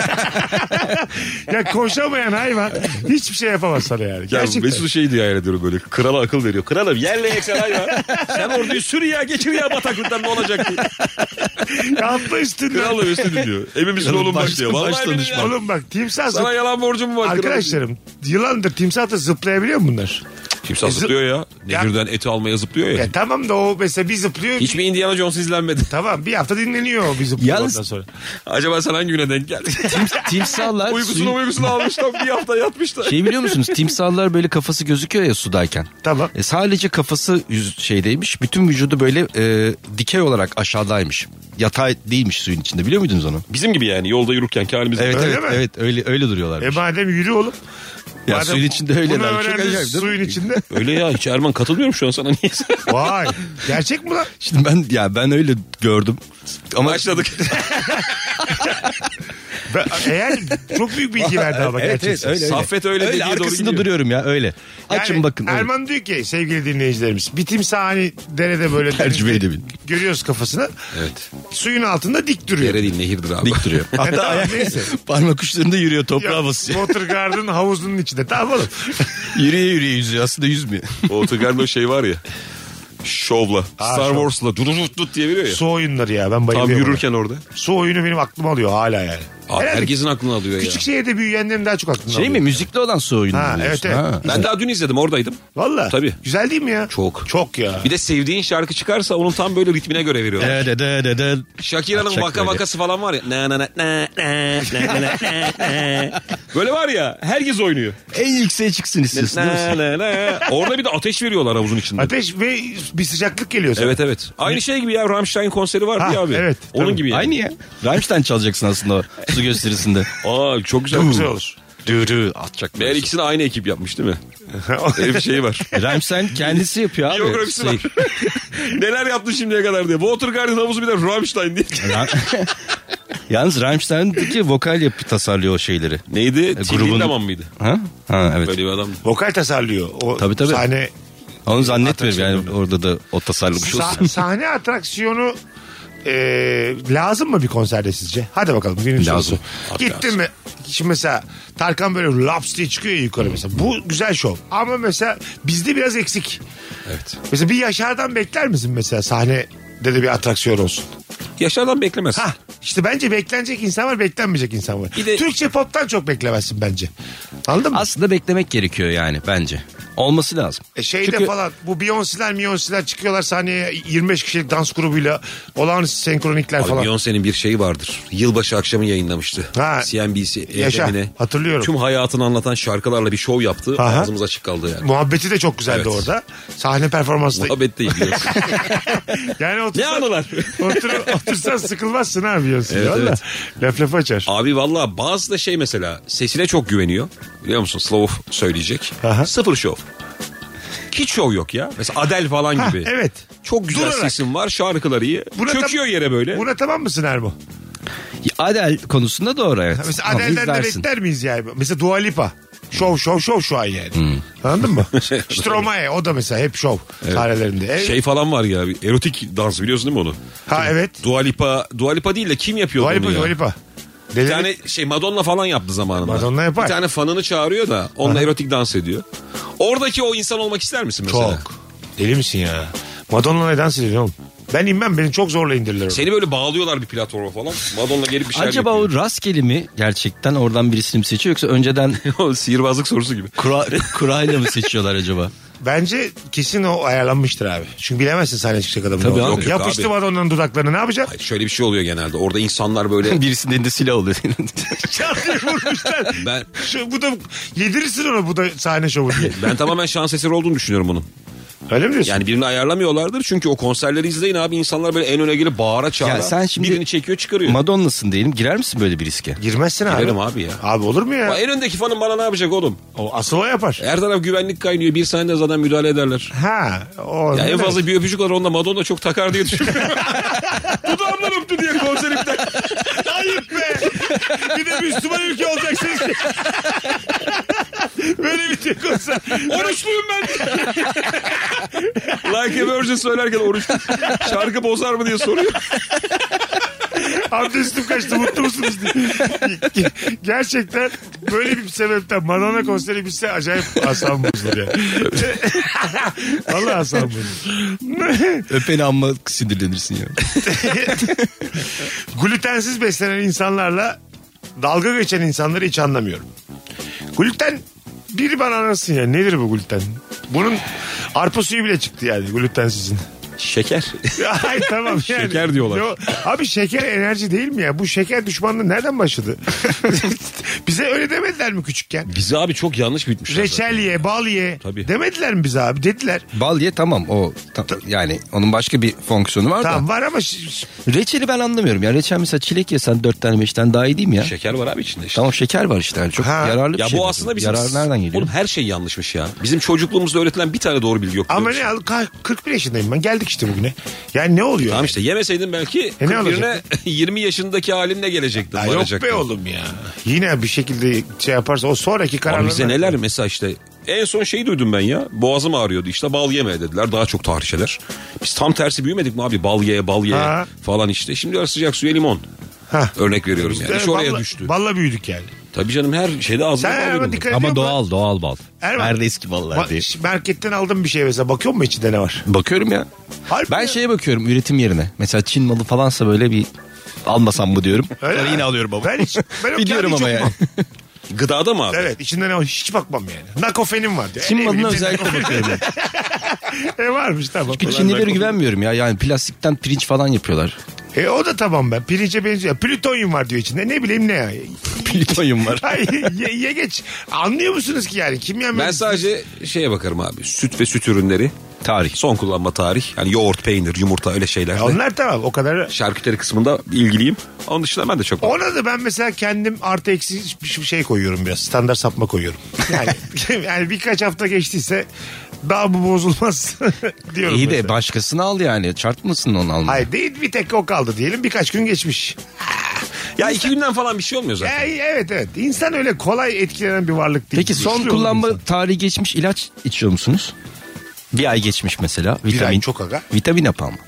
Ya koşamayan hayvan hiçbir şey yapamaz sana yani. Ya Gerçekten. Mesut'u şey diye hayal ediyorum böyle. Krala akıl veriyor. Kralım yerle yeksen hayvan. Sen orduyu sür ya, geçir ya bataklıktan, ne olacak diye. Atla üstünden. Kralım üstüne diyor. Emin misin oğlum bak diyor. Vallahi baş eminim danışman. ya. Oğlum bak timsah Sana yalan borcum var. Arkadaşlarım yılandır timsah da zıplayabiliyor mu bunlar? Timsah zıplıyor ya. Nehirden eti almaya zıplıyor ya. Ya tamam da o mesela bir zıplıyor. Hiçbir Indiana Jones izlenmedi. Tamam bir hafta dinleniyor o bir zıplıyor Yalnız- ondan sonra. Acaba sen hangi güne denk geldin? Timsahlar Uykusunu almışlar, bir hafta yatmışlar. Şey biliyor musunuz? Timsahlar böyle kafası gözüküyor ya sudayken. Tamam. Sadece kafası şeydeymiş. Bütün vücudu böyle dikey olarak aşağıdaymış. Yatay değilmiş suyun içinde. Biliyor muydunuz onu? Bizim gibi yani, yolda yürürken ki halimiz. Evet Öyle evet mi? evet öyle duruyorlar. Madem yürü oğlum. Ya Madem suyun içinde öyleler. Bunu Çok öğrendin acayip değil mi? suyun içinde. Öyle ya, hiç Erman katılmıyorum şu an sana, niye? Vay. Gerçek mi lan? Şimdi ben öyle gördüm. Ama Başladık. Eğer çok büyük bilgi verdi ama evet, gerçekten. öyle. Saffet öyle dediğe doğru arkasında gidiyor. duruyorum ya öyle. Yani Açın bakın. öyle. Erman diyor ki sevgili dinleyicilerimiz, bir timsah hani derede böyle Tercüme denizde edebilin. görüyoruz kafasını. Evet. Suyun altında dik duruyor. Dere değil, nehirdir abi. Dik duruyor. Hatta Hatta neyse. parmak uçlarında yürüyor, toprağa basıyor. Watergarden havuzunun içinde. Tamam oğlum. Yürüye yüzüyor, aslında yüzmüyor. O Otogar'da şey var ya. Şovla. Star şov. Wars'la. Dururut diye veriyor ya. Su oyunları ya ben Tam bayılıyorum. yürürken orada. Su oyunu benim aklım alıyor hala yani. Abi Herhalde herkesin aklını alıyor ya. küçük şehirde büyüyenlerin daha çok aklını Şey alıyor. mi, müzikli olan su oyunu Ha, mu evet, diyorsun? evet. Ha. Ben daha dün izledim, oradaydım. Valla. Tabii. Güzel değil mi ya? Çok. Çok ya. Bir de sevdiğin şarkı çıkarsa onun tam böyle ritmine göre veriyorlar. Shakira'nın Atacak vaka böyle. vakası falan var ya. Böyle var ya, herkes oynuyor. En yükseğe çıksın istiyorsun değil mi? Orada bir de ateş veriyorlar havuzun içinde. Ateş ve bir sıcaklık geliyor sana. Evet evet. Aynı şey gibi ya, Rammstein konseri vardı Ha, ya abi. evet, Onun tabii. gibi yani. Aynı ya. Rammstein çalacaksın aslında o su gösterisinde. Aa çok güzel. Güzel olur. Dürü atacak. Meğer ikisini aynı ekip yapmış değil mi? Öyle bir şey var. Rammstein kendisi yapıyor abi. Biyografisi var. Neler yaptı şimdiye kadar diye. Watergarden havuzu bir de Rammstein diye. Yalnız Rammstein'deki vokal yapı tasarlıyor o şeyleri. Neydi? grubun- Tillindaman mıydı? Ha? Ha evet. Böyle bir adam. Vokal tasarlıyor. O Tabii. Sahne, Onu zannetmiyorum yani Atraksiyonu. orada da o tasarlamış olsun. sahne atraksiyonu lazım mı bir konserde sizce? Hadi bakalım günün sorusu. Abi Gittin lazım. mi? Şimdi mesela Tarkan böyle laps diye çıkıyor ya yukarı mesela. Bu güzel şov. Ama mesela bizde biraz eksik. Evet. Mesela bir Yaşar'dan bekler misin mesela sahnede de bir atraksiyon olsun? Yaşar'dan beklemez. Ha işte bence beklenecek insan var, beklenmeyecek insan var. Bir de- Türkçe pop'tan çok beklemezsin bence. Anladın mı? Aslında beklemek gerekiyor yani bence. Olması lazım. Şeyde Çünkü- falan bu Beyoncé'ler çıkıyorlar sahneye 25 kişilik dans grubuyla olağanüstü senkronikler Abi falan. Beyoncé'nin bir şeyi vardır. Yılbaşı akşamı yayınlamıştı. Ha. CNBC. Yaşa, evrenine. hatırlıyorum. Tüm hayatını anlatan şarkılarla bir şov yaptı. Aha. Ağzımız açık kaldı yani. Muhabbeti de çok güzeldi Evet. orada. Sahne performansı da. Muhabbet değil biliyorsun. Yani Ne otursan, anılar? otursan sıkılmazsın abi Beyoncé. Evet, Valla. evet. Laf lafı açar. Abi valla bazı da şey mesela sesine çok güveniyor. Biliyor musun? Slow söyleyecek. Aha. Sıfır şov. Hiç şov yok ya. Mesela Adele falan Ha, gibi. evet. Çok güzel Durarak. sesin var, şarkıları iyi. Çöküyor yere böyle. Buna tamam mısın Ermo? Adele konusunda doğru evet. Mesela Ama Adele'den de izlersin. bekler miyiz yani? Mesela Dua Lipa. Şov şu an yani. Anladın mı? Stromae o da mesela hep şov sahnelerinde. Şey falan var ya, bir erotik dans biliyorsun değil mi onu? Ha evet. Dua Lipa değil de kim yapıyordu Dua onu Lipa, ya? Dua Lipa. Bir tane şey Madonna falan yaptı zamanında. Madonna yapar. Bir tane fanını çağırıyor da onunla erotik dans ediyor. Oradaki o insan olmak ister misin mesela? Çok. Deli misin ya? Madonna'ya dans ediyorsun oğlum. Ben inmem, beni çok zorla indirirler. orada. Seni böyle bağlıyorlar bir platforma falan. Madonna gelip bir şeyler Acaba yapıyor. o rastgele mi gerçekten oradan birisini mi seçiyor yoksa önceden O sihirbazlık sorusu gibi. kurayla mı seçiyorlar acaba? Bence kesin o ayarlanmıştır abi. Çünkü bilemezsin sahneye çıkacak adamın. Tabii ne olduğunu. abi. Yok Yapıştı abi. Madonna'nın dudaklarına ne yapacaksın? Hayır, şöyle bir şey oluyor genelde. Orada insanlar böyle... Birisinin elinde silah oluyor. Çantayı vurmuşlar. ben Bu da yedirirsin onu bu da sahne şovu diye. ben tamamen şans eseri olduğunu düşünüyorum bunun. Öyle mi diyorsun? Yani birini ayarlamıyorlardır. Çünkü o konserleri izleyin abi, insanlar böyle en öne gelip bağıra çağıra. Ya sen şimdi- birini çekiyor çıkarıyor. Madonna'sın diyelim. Girer misin böyle bir riske? Girmezsin abi. Girerim abi ya. Abi olur mu ya? En öndeki fanın bana ne yapacak oğlum? O asıl o yapar. Her taraf güvenlik kaynıyor. Bir saniyede zaten müdahale ederler. Ha. O Ya en öyle. fazla bir öpücük var, onda Madonna çok takar diye düşünüyorum. Dudağımdan öptü diye konser iptal. Ayıp be. Bir de Müslüman ülke olacaksınız. Böyle bir konser. Oruçluyum ben. Like a Virgin söylerken oruçlu. Şarkı bozar mı diye soruyor. Abdestim kaçtı, mutlu musunuz diye. Gerçekten böyle bir sebepten Madonna konseri bitse acayip asam bozulur ya. Vallahi asam bozulur. Öpeni amma sinirlenirsin ya. Glutensiz beslenen insanlarla dalga geçen insanları hiç anlamıyorum. Gluten biri bana anlatsın ya, nedir bu gluten? Bunun arpa suyu bile çıktı yani glutensizin. Şeker. Ay tamam yani. Şeker diyorlar. Abi şeker enerji değil mi ya? Bu şeker düşmanlığı nereden başladı? Bize öyle demediler mi küçükken? Bizi abi çok yanlış bitmişler. Reçel ye, bal ye. Tabii. Demediler mi bize abi? Dediler. Bal ye tamam o yani onun başka bir fonksiyonu var Tamam da. var ama Reçeli ben anlamıyorum ya. Reçel mesela çilek yesen 4 tane 5 tane daha iyi değil mi ya? Şeker var abi içinde işte. Tamam şeker var işte. Yani çok Ha. yararlı bir Ya şey. bu aslında bizim... Yarar nereden geliyor? Oğlum her şey yanlışmış ya. Bizim çocukluğumuzda öğretilen bir tane doğru bilgi yok. ama biliyor ne musun? al 41 yaşındayım ben. Geldik işte bugüne. Yani ne oluyor? Tamam işte yemeseydin belki ne 41'ine olacaktı? 20 yaşındaki halinle gelecektin. Ya yok varacaktın. be oğlum ya. Yine bir şekilde şey yaparsa o sonraki kararlar. Abi bize neler mesela işte en son şeyi duydum ben ya, boğazım ağrıyordu işte, bal yeme dediler, daha çok tarihçeler. Biz tam tersi büyümedik mi abi, bal ye Ha. falan işte. Şimdi öyle sıcak suya limon. Ha. Örnek veriyorum yani. İş oraya düştü. Balla büyüdük yani. Tabii canım, her şeyde ağzına Sen bal ama veriyorum. dikkat Ama ediyor musun? doğal bal. Erman. Nerede eski ballar diye. Marketten aldım bir şey mesela. Bakıyor musun içinde ne var? Bakıyorum ya. Harbi Ben ya. şeye bakıyorum üretim yerine. Mesela Çin malı falansa böyle bir Almasam mı diyorum. Öyle Sonra mi? yine alıyorum ama. Ben Biliyorum ama yani. Gıdada mı abi? Evet, içinden hiç bakmam yani. Nakofenim var diyor. Çin Ne malına bileyim, özellikle bakıyorum. varmış tamam. Çünkü Çinlilere güvenmiyorum ya. Yani plastikten pirinç falan yapıyorlar. O da tamam ben. Pirince benziyor. Plütonyum var diyor içinde. Ne bileyim ne ya. Plütonyum var. Ay, ye geç. Anlıyor musunuz ki yani? Kimya Ben sadece şeye bakarım abi. Süt ve süt ürünleri. Tarih. Son kullanma tarih. Yani yoğurt, peynir, yumurta öyle şeyler. Onlar tamam o kadar. Şarküteri kısmında ilgiliyim. Onun dışında ben de çok Ona da ben mesela kendim artı eksi bir şey koyuyorum biraz. Standart sapma koyuyorum. Yani birkaç hafta geçtiyse daha bu bozulmaz diyorum. İyi de mesela. başkasını al yani. Şart mısın onu almaya? Hayır değil, bir tek o kaldı diyelim. Birkaç gün geçmiş. Ya 2 günden falan bir şey olmuyor zaten. Evet. İnsan öyle kolay etkilenen bir varlık değil. Peki son Güçlü kullanma olur insan. tarihi geçmiş ilaç içiyor musunuz? Bir ay geçmiş mesela. Vitamin. ay çok aga. Vitamin hapı ama.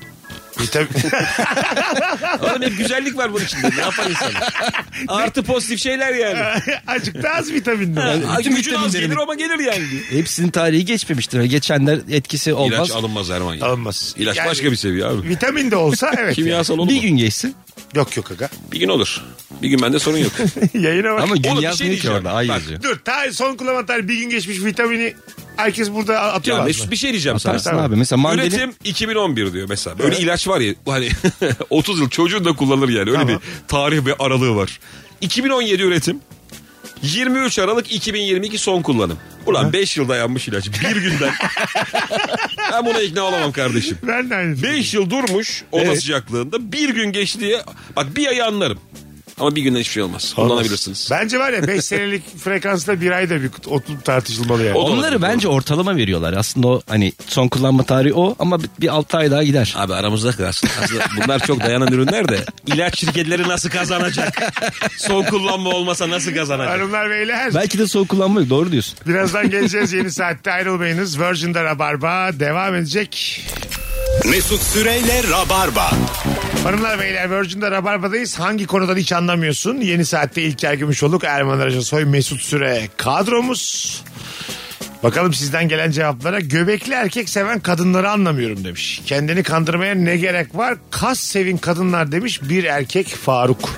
Oğlum hep güzellik var bunun içinde. Ne yapar insan? Artı pozitif şeyler yani. Azıcık da az vitaminli. Bütün Gücün az vitaminlerin- gelir ama gelir yani. Hepsinin tarihi geçmemiştir. Geçenler etkisi olmaz. İlaç alınmaz Erman ya. Alınmaz. İlaç Yani başka bir seviye abi. Vitamin de olsa evet. Kimyasal olur Bir mu? gün geçsin. Yok aga. Bir gün olur. Bir gün bende sorun yok. Yayına bak. Ama gün Oğlum bir yazmıyor şey ki orada. diyeceğim. Ay Bak, yazıyor. Dur son kullanma tarihi bir gün geçmiş vitamini herkes burada atıyor Ya aslında. Mesut bir şey diyeceğim sana. Atarsın abi. Mesela mandalin. Üretim 2011 diyor mesela. Böyle ilaç var ya hani 30 yıl çocuğun da kullanır yani. Öyle Tamam. bir tarih ve aralığı var. 2017 üretim. 23 Aralık 2022 son kullanım. Ulan 5 yıl dayanmış ilaç. Bir günden. Ben buna ikna olamam kardeşim. Ben de aynı. 5 yıl durmuş oda Evet. sıcaklığında. Bir gün geçti diye. Bak bir ayı anlarım. Ama bir günden hiçbir şey olmaz. Kullanabilirsiniz. Bence var ya 5 senelik frekansta bir ayda bir oturup tartışılmalı yani. O da Onları olabilir, bence ortalama veriyorlar. Aslında o hani son kullanma tarihi o ama bir 6 ay daha gider. Abi aramızda kalsın. Aslında bunlar çok dayanan ürünler de ilaç şirketleri nasıl kazanacak? Son kullanma olmasa nasıl kazanacak? Hanımlar beyler Belki de son kullanma yok. Doğru diyorsun. birazdan geleceğiz yeni saatte ayrılmayınız. Virgin'de Rabarba devam edecek. Mesut Süreyle Rabarba. Hanımlar beyler Virgin'de Rabarba'dayız. Hangi konudan hiç anlamıyorsun? Yeni saatte İlker Gümüşoluk, Erman Arıcasoy, Mesut Süre kadromuz. Bakalım sizden gelen cevaplara. Göbekli erkek seven kadınları anlamıyorum demiş. Kendini kandırmaya ne gerek var? Kas sevin kadınlar demiş bir erkek Faruk.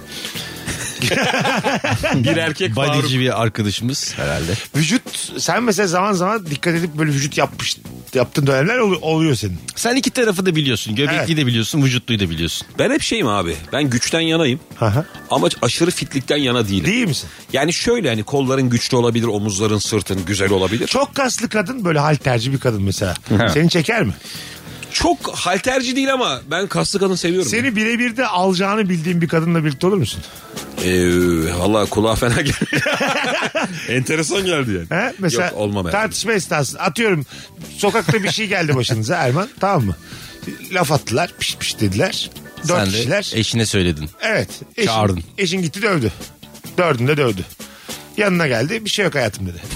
Bir erkek Faruk. Bodyci bir arkadaşımız herhalde. Vücut sen mesela zaman zaman dikkat edip böyle vücut yaptığın dönemler oluyor senin. Sen iki tarafı da biliyorsun. Göbekli Evet. de biliyorsun, vücutluyu da biliyorsun. Ben hep şeyim abi. Ben güçten yanayım. Aha. Ama aşırı fitlikten yana değilim. Değil misin? Yani şöyle hani kolların güçlü olabilir, omuzların, sırtın güzel olabilir. Çok kaslı kadın böyle halterci bir kadın mesela. Seni çeker mi? Çok halterci değil ama ben kaslı kadın seviyorum. Seni birebir de alacağını bildiğin bir kadınla birlikte olur musun? Valla kulağa fena geldi. Enteresan geldi yani. He? Mesela Yok olmam tartışma esnasında atıyorum sokakta bir şey geldi başınıza Erman tamam mı? Laf attılar piş piş dediler. 4 Sen de kişiler. eşine söyledin. Evet. Çağırdın. Eşin gitti dövdü. Dördünü de dövdü. Yanına geldi bir şey yok hayatım dedi.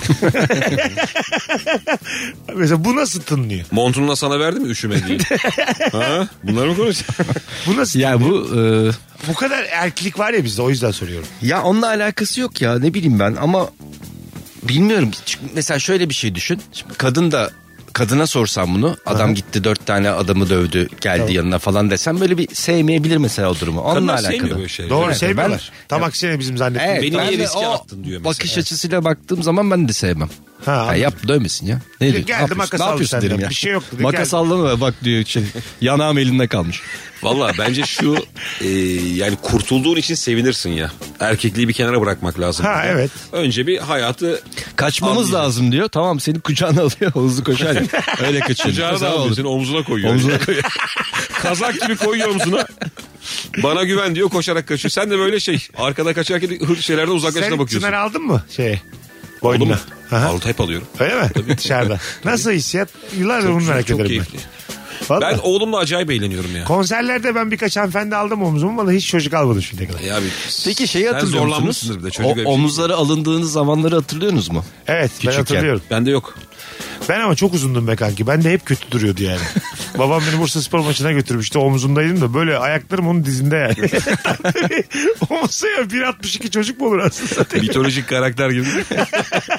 Mesela bu nasıl tınlıyor? Montunla sana verdi mi üşüme diye? Ha? Bunları mı konuşuyorsun? Bu nasıl Ya bu Bu kadar erkeklik var ya bizde o yüzden soruyorum. ya onunla alakası yok ya ne bileyim ben ama bilmiyorum. Çünkü mesela şöyle bir şey düşün. Şimdi kadın da kadına sorsam bunu adam gitti 4 tane adamı dövdü geldi yanına falan desem böyle bir sevmeyebilir mesela o durumu. Onunla Kadınlar sevmiyor alakalı. böyle şeyleri. Doğru Evet, sevmiyorlar. ben- Tam aksine bizim zannettiğimiz. Evet, Beni ben niye de riske o attın diyor mesela. bakış açısıyla baktığım zaman ben de sevmem. Ha, Ya anladım. yap dövmesin ya. Ne diyor? Geldi, Ne yapıyorsun? makas Ne aldı yapıyorsun senden. derim ya. Bir şey yok dedi, Makas geldi. sallama bak diyor. Yanağım elinde kalmış. Valla bence şu yani kurtulduğun için sevinirsin ya. Erkekliği bir kenara bırakmak lazım. Ha, evet. Önce bir hayatı Kaçmamız anlayacak. lazım diyor. Tamam seni kucağına alıyor hızlı koşar. ya. Öyle kaçıyor. Kucağına da Kaza alıyor olur. seni omzuna koyuyor. Omzuna koyuyor. Kazak gibi koyuyor omzuna. Bana güven diyor koşarak kaçıyor. Sen de böyle arkada kaçarken şeylerden uzaklaşına Sen bakıyorsun. Çınar aldın mı şeye? Oldu mu? Boynuna. Aha. Aldı hep alıyorum. Öyle mi? Dışarıda. Nasıl hissiyat? Yıllardır bunu merak Çok ederim keyifli. ben. Vallahi. Ben oğlumla acayip eğleniyorum ya. Konserlerde ben birkaç hanımefendi aldım omzumu ama hiç çocuk almadım şimdiye kadar. Ya abi, Peki şeyi sen hatırlıyor musunuz? zorlanmışsındır bir de çocuk. Omuzları alındığınız zamanları hatırlıyorsunuz mu? Evet ben Küçükken. hatırlıyorum. Bende yok. Ben ama çok uzundum be kanki. Ben de hep kötü duruyordu yani. Babam beni Bursa Spor maçına götürmüştü. Omzundaydım da böyle ayaklarım onun dizinde yani. Omuzda ya 1.62 çocuk mu olur aslında? Mitolojik karakter gibi.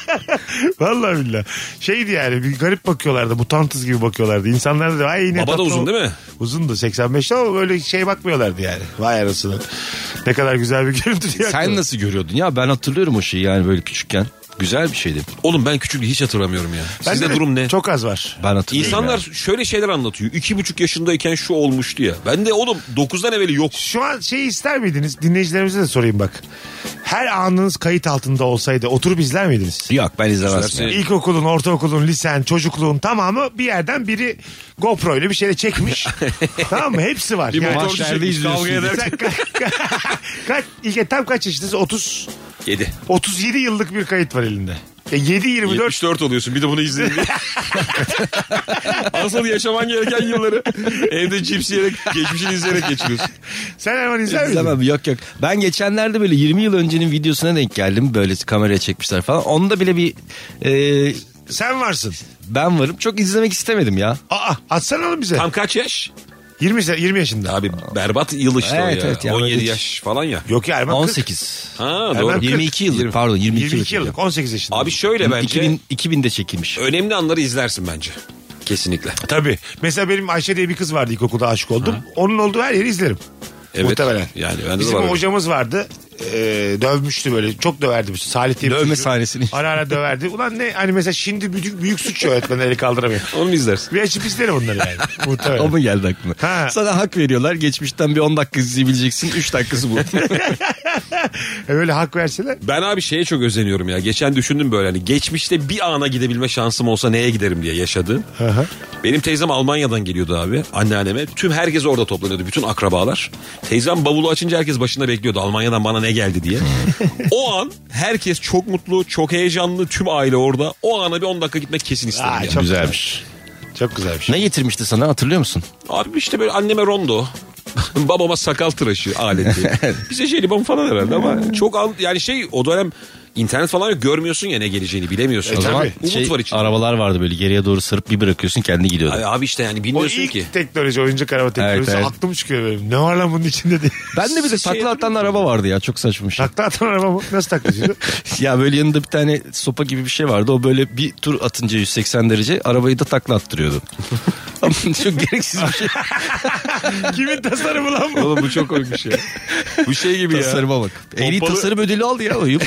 Vallahi billahi. Şeydi yani, bir garip bakıyorlardı. Mutantız gibi bakıyorlardı. İnsanlar da ay ne Baba da uzun değil mi? Uzundu 85'te ama böyle şey bakmıyorlardı yani. Vay arasına. Ne kadar güzel bir görüntü diye. Sen nasıl görüyordun ya? Ben hatırlıyorum o şeyi yani böyle küçükken. Güzel bir şeydi. Oğlum ben küçüklüğü hiç hatırlamıyorum ya. Sizde Bende durum ne? Çok az var. Ben hatırlıyorum. İnsanlar yani. şöyle şeyler anlatıyor. 2,5 yaşındayken şu olmuştu ya. Ben de oğlum 9'dan evveli yok. Şu an şey ister miydiniz? Dinleyicilerimize de sorayım bak. Her anınız kayıt altında olsaydı oturup izler miydiniz? Yok ben izlemezdim. İstersen- Yani. İlkokulun, ortaokulun, lisen, çocukluğun tamamı bir yerden biri GoPro ile bir şeyle çekmiş. Tamam mı? Hepsi var. Bir motor Maçlarda düşürmüş izliyorsun. kavga ederken. Tam kaç yaşındasınız? 7. 37 yıllık bir kayıt var elinde. 7-24 74 oluyorsun bir de bunu izleyin diye. Asıl yaşaman gereken yılları evde cips yiyerek, geçmişini izleyerek geçiriyorsun. sen hemen izler miydin? İzlemem, yok. Ben geçenlerde böyle 20 yıl öncenin videosuna denk geldim. Böyle kameraya çekmişler falan. Onda bile bir Sen varsın. ben varım. Çok izlemek istemedim ya. Aa, atsana oğlum bize. Tam kaç yaş? 20 yaşında. Abi berbat yıl işte Evet, o ya. evet ya, 17 öyle- yaş falan ya. Yok ya Erman 18. Ha Hemen doğru. 22 yıllık pardon 22, 22 yıllık 18 yaşında. Abi şöyle bence 2000'de çekilmiş. önemli anları izlersin bence. Kesinlikle. Tabii. Mesela benim Ayşe diye bir kız vardı, ilkokulda aşık oldum. Onun olduğu her yeri izlerim. Evet. Muhtemelen. Yani bende de Bizim var öyle. hocamız vardı. Dövmüştü böyle. Çok döverdi. Salih diye bir Dövme çocuk. sahnesini. Ara ara döverdi. Ulan ne hani mesela şimdi büyük suç öğretmen eli kaldıramıyor. Onu mu izlersin? Bir açıp izlerim onları yani. Muhtemelen. O mu geldi aklıma? Ha. Sana hak veriyorlar. Geçmişten bir 10 dakika izleyebileceksin. 3 dakikası bu. Böyle hak verseler. Ben abi şeye çok özeniyorum ya. Geçen düşündüm böyle hani geçmişte bir ana gidebilme şansım olsa neye giderim diye yaşadığım. Hı. Benim teyzem Almanya'dan geliyordu abi anneanneme. Tüm herkes orada toplanıyordu. Bütün akrabalar. Teyzem bavulu açınca herkes başında bekliyordu. Almanya'dan bana ne geldi diye. O an herkes çok mutlu, çok heyecanlı. Tüm aile orada. O ana bir 10 dakika gitmek kesin isterim. Aa, ya. çok Güzelmiş. Çok güzelmiş. Ne getirmişti sana hatırlıyor musun? Abi işte böyle anneme rondo. Babama sakal tıraşı aleti. Bize jelibon falan herhalde ama çok yani şey o dönem internet falan yok, görmüyorsun ya ne geleceğini bilemiyorsun. E, O tabii. zaman umut var içinde. Arabalar vardı böyle geriye doğru sarıp bir bırakıyorsun kendi gidiyordu. Abi işte yani O bilmiyorsun ilk ki. teknoloji, oyuncak araba teknolojisi Evet. aklım çıkıyor benim. Ne var lan bunun içinde diye. Ben de bir de takla atan araba vardı ya çok saçma bir şey. Takla atan araba mı? Nasıl taklacıydı? Ya böyle yanında bir tane sopa gibi bir şey vardı. O böyle bir tur atınca 180 derece arabayı da takla attırıyordu. Ama çok gereksiz bir şey. Kimin tasarımı lan bu? Oğlum bu çok komik ya. Bu şey gibi ya. Tasarıma bak. En iyi Pompalı- tasarım ödülü aldı ya oyun.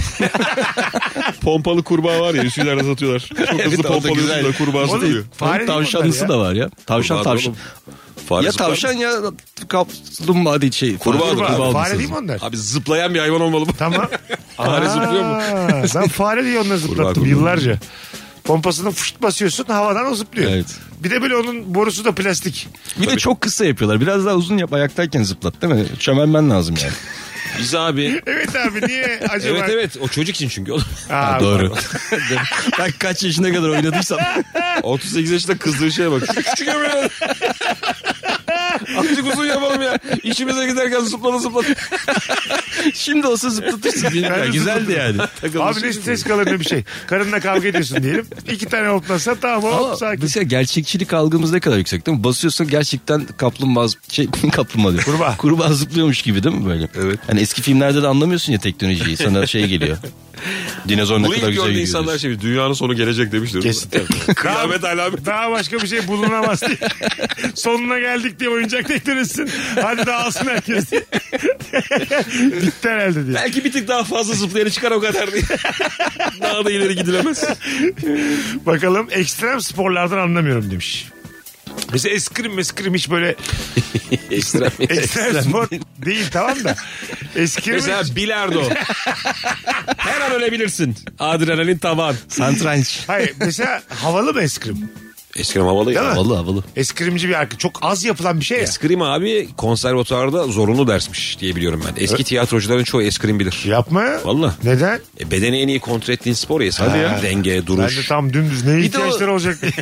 Pompalı kurbağa var ya Üsküdar'da satıyorlar. Çok Evet, hızlı o da pompalıyorsun güzel. da kurbağa Oğlum, satıyor. fare değil mi Tavşanlısı onlar da var ya. Tavşan Kurbağa da tavşan. oğlum. Fare Ya zıplar mı? tavşan ya kaplumbağa değil şey. Kurbağa da Kurbağa. kurbağa. Fare değil mi onlar? Abi zıplayan bir hayvan olmalı bu. Tamam. Fare zıplıyor mu? Ben fare diye onları zıplattım Kurbağa. yıllarca. Pompasını fışt basıyorsun, havadan o zıplıyor. Evet. Bir de böyle onun borusu da plastik. Bir de çok kısa yapıyorlar. Biraz daha uzun yap ayaktayken zıplat değil mi? Çömelmen lazım yani. Biz abi. Evet abi, niye acaba? Evet evet o çocuk için çünkü oğlum. Aa, Doğru. Ben kaç yaşına kadar oynadıysam. 38 yaşında kızdığı şeye bak. Küçük yapıyor. Azıcık uzun yapalım ya. İşimize giderken zıplata. Şimdi olsa zıplatırsın. Ben de Güzeldi yani. Abi ne stres kalır ne bir şey. Karınla kavga ediyorsun diyelim. 2 tane hoplarsan tamam Ama hop sakin. mesela gerçekçilik algımız ne kadar yüksek değil mi? Basıyorsun gerçekten kaplumbağa kaplumbağa diyor. Kurbağa. Kurbağa zıplıyormuş gibi değil mi böyle? Evet. Hani eski filmlerde de anlamıyorsun ya teknolojiyi. Sana şey geliyor. Dinozor ne Bunu kadar ilk güzel gördüğü gidiyor. insanlar şey dünyanın sonu gelecek demiştir. Kesin tabii. Kıyamet alamet. Daha başka bir şey bulunamaz diye. Sonuna geldik diye oyuncak teknolojisin. Hadi dağılsın herkes diye. Bitti herhalde diye. Belki bir tık daha fazla zıplayanı çıkar o kadar diye. Daha da ileri gidilemez. Bakalım, ekstrem sporlardan anlamıyorum demiş. Mesela eskrim hiç böyle ekstrem spor değil tamam da. Eskrim Mesela bilardo. Her an ölebilirsin. Adrenalin tavan. Santranç. hayır mesela havalı mı eskrim? Eskrim havalı Değil mi? ya. Havalı havalı. Eskrimci bir arkadaş. Çok az yapılan bir şey ya. Eskrim abi konservatuarda zorunlu dersmiş diye biliyorum ben. Eski tiyatrocuların çoğu eskrim bilir. Yapma ya. Valla. Neden? Bedeni en iyi kontrol ettiğin spor ya. Hadi ya. Denge, Ben duruş. de tam dümdüz. Neye Bir de ihtiyaçları olacak diye.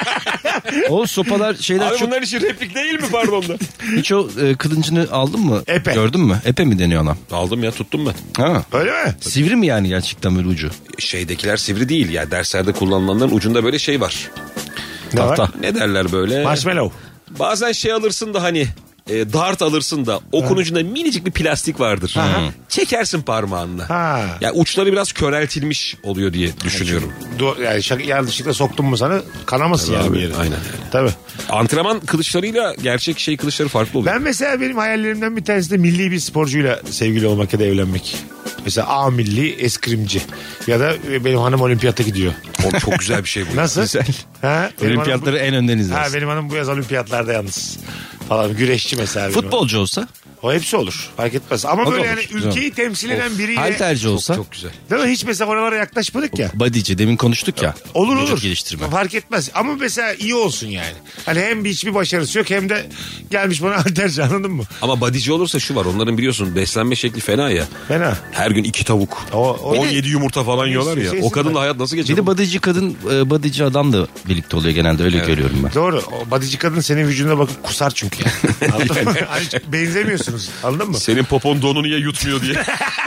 O sopalar şeyler Abi çok... bunların için replik değil mi pardon da? Hiç o kılıncını aldın mı? Epe. Gördün mü? Epe mi deniyor ona? Aldım ya tuttum ben. Ha. Öyle mi? Sivri mi yani gerçekten böyle ucu? Şeydekiler sivri değil ya. Derslerde kullanılanların ucunda böyle şey var. Ne Tahta. var? Ne derler böyle? Marshmallow. Bazen şey alırsın da hani dart alırsın da okun ucunda minicik bir plastik vardır. Çekersin parmağınla. Ha. Yani uçları biraz köreltilmiş oluyor diye düşünüyorum. Yani yanlışlıkla soktum mu sana kanamasın yani bir yere. Aynen. Tabii. Antrenman kılıçlarıyla gerçek kılıçları farklı oluyor. Ben mesela benim hayallerimden bir tanesi de milli bir sporcuyla sevgili olmak ya da evlenmek. Mesela A milli eskrimci. Ya da benim hanım olimpiyata gidiyor. O çok güzel bir şey bu. Nasıl? Güzel. Ha, benim Olimpiyatları en önden hanım, izlersin. benim hanım bu yaz olimpiyatlarda yalnız. Falan güreşçi mesela. benim Futbolcu olsa O hepsi olur. Fark etmez. Ama O da böyle olur. yani Güzel. ülkeyi temsil eden biriyle. halterci olsa Çok güzel. Değil mi? Hiç mesela oralara yaklaşmadık ya. bodyci demin konuştuk ya. Olur Vücut olur. geliştirme. Fark etmez. Ama mesela iyi olsun yani. Hani hem hiçbir başarısı yok hem de gelmiş bana halterci, anladın mı? Ama bodyci olursa şu var, onların biliyorsun beslenme şekli fena ya. Fena. Her gün 2 tavuk. O 17 yumurta falan yiyorlar ya. O kadınla hayat nasıl Bir geçer? de bodyci kadın, bodyci adam da birlikte oluyor genelde, öyle görüyorum ben. Doğru. O bodyci kadın senin vücuduna bakıp kusar çünkü. Anladın mı? Hani çok benzemiyorsunuz. Anladın mı? Senin popon donunu niye yutmuyor diye.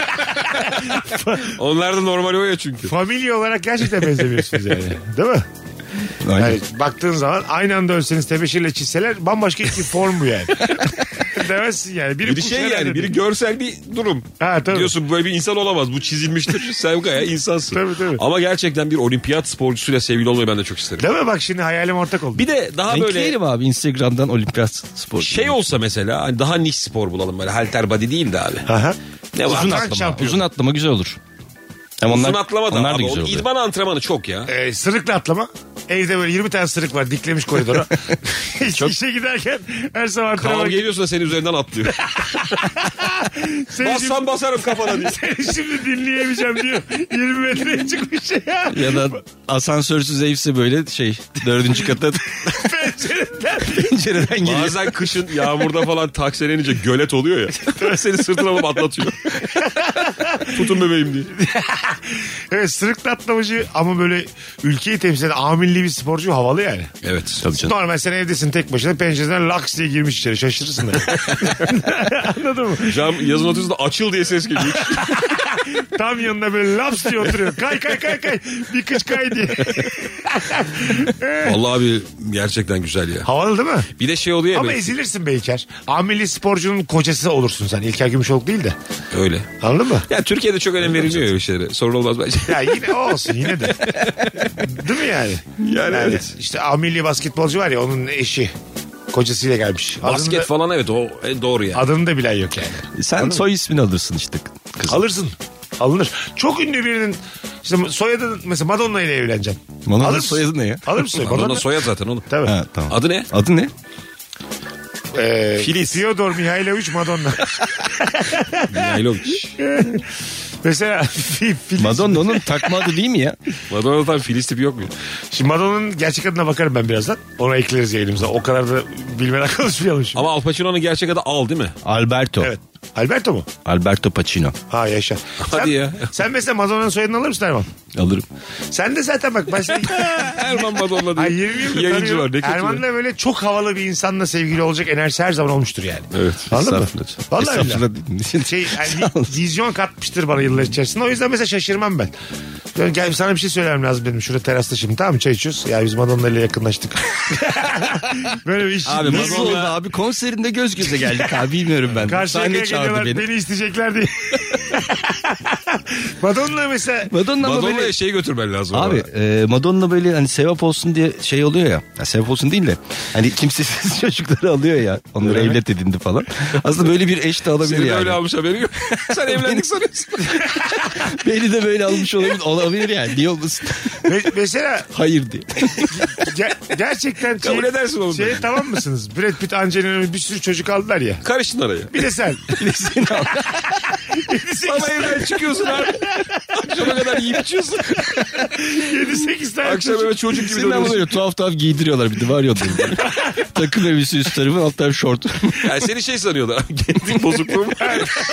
Onlar da normal o ya çünkü. Familya olarak gerçekten benzemiyorsunuz yani. Değil mi? Aynen. Yani baktığın zaman aynı anda ölseniz tebeşirle çizseler bambaşka iki form bu yani. Demezsin yani. Biri şey yani, biri görsel bir durum. Ha, tabii. Diyorsun böyle bir insan olamaz, bu çizilmiştir. Sen gaya insansın. Tabii. Ama gerçekten bir olimpiyat sporcusuyla sevgili olmayı ben de çok isterim. Değil mi? Bak şimdi hayalim ortak oldu. Bir de daha Ben böyle ekleyelim abi Instagram'dan olimpiyat spor. şey olsa mesela, hani daha niş spor bulalım, böyle halter body değil de abi. Aha. Ne var? Uzun Tank atlama. şampiyonu. Uzun atlama güzel olur. Hem Uzun onlar, atlama da onlar abi. da güzel Onun oluyor. idman antrenmanı çok ya. Sırıkla atlama. Evde böyle 20 tane sırık var diklemiş koridora. İşe giderken her sabah Kaan antrenman. geliyorsa senin üzerinden atlıyor. Seni Bassam basarım kafana diye. Seni şimdi dinleyemeyeceğim diyor. 20 metreye çıkmış ya. Ya da asansörsüz evse böyle 4. kata pencereden geliyor. Bazen kışın yağmurda falan taksilenince gölet oluyor ya. Seni sırtına alıp atlatıyor. Tutun bebeğim diye. Evet, sırıkla atlamacı ama böyle ülkeyi temsil eden amilli bir sporcu havalı yani. Evet. Tabii canım. Normal sen evdesin tek başına, pencereden laks diye girmiş içeri, şaşırırsın da. Anladın mı? Cam yazın oturuyorsun da açıl diye ses geliyor. Tam yanında böyle laps diye oturuyor. Kay bir kış kay diye. Vallahi abi gerçekten güzel ya. Havalı değil mi? Bir de şey oluyor ya. Ama böyle- ezilirsin be İlker. Amilli sporcunun kocası olursun sen. İlker Gümüşoluk değil de. Öyle. Anladın mı? Ya Türkiye'de çok önem verilmiyor öyle şeylere. Sorun olmaz bence. Ya yine o olsun yine de. Değil mi yani? Yani evet. İşte amilli basketbolcu var ya, onun eşi. Kocasıyla gelmiş. Basket falan evet, o doğru yani. Adını da bilen yok yani. Sen soy ismini alırsın işte kızım. Alırsın. Alınır. Çok ünlü birinin işte soyadı, mesela Madonna ile evleneceğim. Madonna'nın Alır mısın? soyadı ne ya? Alır mısın? Madonna soyad zaten oğlum. Tabii. Ha, tamam. Adı ne? Adı ne? Filiz. Fyodor Mihailovic Madonna. Mihailovic. Mesela Filiz. Madonna onun takma adı değil mi ya? Madonna'dan Filiz tipi yok mu? Şimdi Madonna'nın gerçek adına bakarım ben birazdan. Ona ekleriz yayınımıza. O kadar da bilmeden konuşmayalım şimdi. Ama Al Pacino'nun gerçek adı Al değil mi? Alberto. Evet. Alberto mu? Alberto Pacino. Ha, yaşa. Hadi ya. Sen mesela Madonna'nın soyadını alır mısın Erman? Alırım. Sen de zaten bak ben seni... Erman Madonna Ay, diye. 20 yıldır Yayıncı tanıyorum. var ne kötü. Erman'la böyle çok havalı bir insanla sevgili olacak enerjisi her zaman olmuştur yani. Evet. Anladın mı? Estağfurullah. Vallahi billahi. Estağfurullah. Şey, Sağ yani ol. vizyon katmıştır bana yıllar içerisinde. O yüzden mesela şaşırmam ben. Yani gel sana bir şey söylemem lazım benim. Şurada terasta şimdi, tamam mı, çay içiyoruz. Ya biz Madonna ile yakınlaştık. Böyle bir iş. Abi Nasıl oldu abi? Konserinde göz göze geldik abi, bilmiyorum ben. Karşıya Sahne çağırdı geliyorlar, beni. beni isteyecekler diye. Madonna mesela. Madonna ama Madonna'ya böyle... şey götürmen lazım. Abi Madonna böyle hani sevap olsun diye şey oluyor ya. Ya sevap olsun değil de hani kimsesiz çocukları alıyor ya. Onları evlat edindi falan. Aslında böyle bir eş de alabilir Seni yani. böyle almış haberi yok. Sen evlendik sanıyorsun. Beni de böyle almış olabilir yani. Niye olmasın? Mesela Hayır diye. gerçekten Kabul edersin oğlum. tamam mısınız? Brad Pitt, Angelina Jolie bir sürü çocuk aldılar ya. Karıştın araya. Bir de sen. Ama evden çıkıyorsun abi. Akşama kadar yiyip içiyorsun. 7-8 tane Akşam çocuk. eve çocuk gibi Senin ama dönüyorsun. böyle tuhaf tuhaf giydiriyorlar bir de var ya onların. Takım elbise üst tarafı, alt tarafı şort. Yani seni şey sanıyorlar. Genetik bozukluğu mu?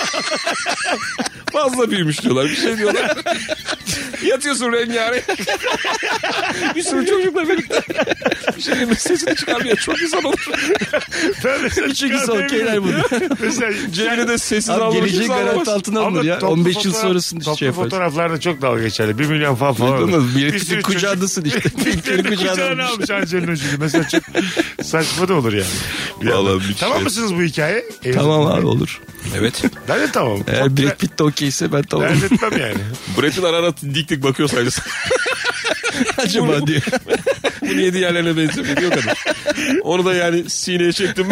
Fazla büyümüş diyorlar. Bir şey diyorlar. Yatıyorsun rengarenk. Bir sürü çocukla birlikte. Bir şeyin sesini çıkarmıyor. Çok insan olur. Ben mesela Çok insan okeyler bunu. Mesela Cebine de sessiz Abi almak geleceğin kimse garanti alamaz. altına alınır ya. toplu 15 yıl fotoğraf- sonrasında toplu şey yaparız. fotoğraflarda çok dalga geçerli. 1 milyon falan olur. Duydun mu? Bir Bir sürü tipin kucağındasın işte. Tiplerin Tiplerin kucağına kucağına almış Angelina Jolie. Mesela çok saçma da olur yani. Vallahi müthiş. Tamam mısınız bu hikaye? Tamam abi, olur. Evet. Ben de tamam. Eğer Brad Pitt de okeyse ben tamam. Ben etmem yani. Brad Pitt ara dik dik bakıyor sadece. Acaba diyor. Bu niye diğerlerine benzemiyor diyor kadın. Onu da yani sineye çektim.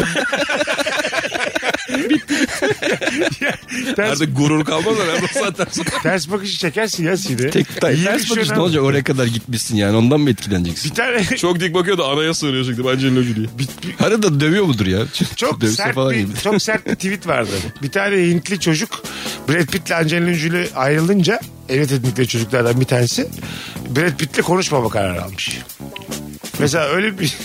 Artık gurur kalmaz da ben zaten. Ters bakışı çekersin ya Sine. Ters bakış ne olacak, oraya kadar gitmişsin yani, ondan mı etkileneceksin? Bir tane Çok dik bakıyor da araya sığınıyor şimdi Angelina Jolie'ye. Arada dövüyor mudur ya? çok Dövse sert falan bir, gibi. çok sert bir tweet vardı. Bir tane Hintli çocuk Brad Pitt'le Angelina Jolie ayrılınca, evet edindikleri çocuklardan bir tanesi Brad Pitt'le konuşmama kararı almış. Mesela öyle bir...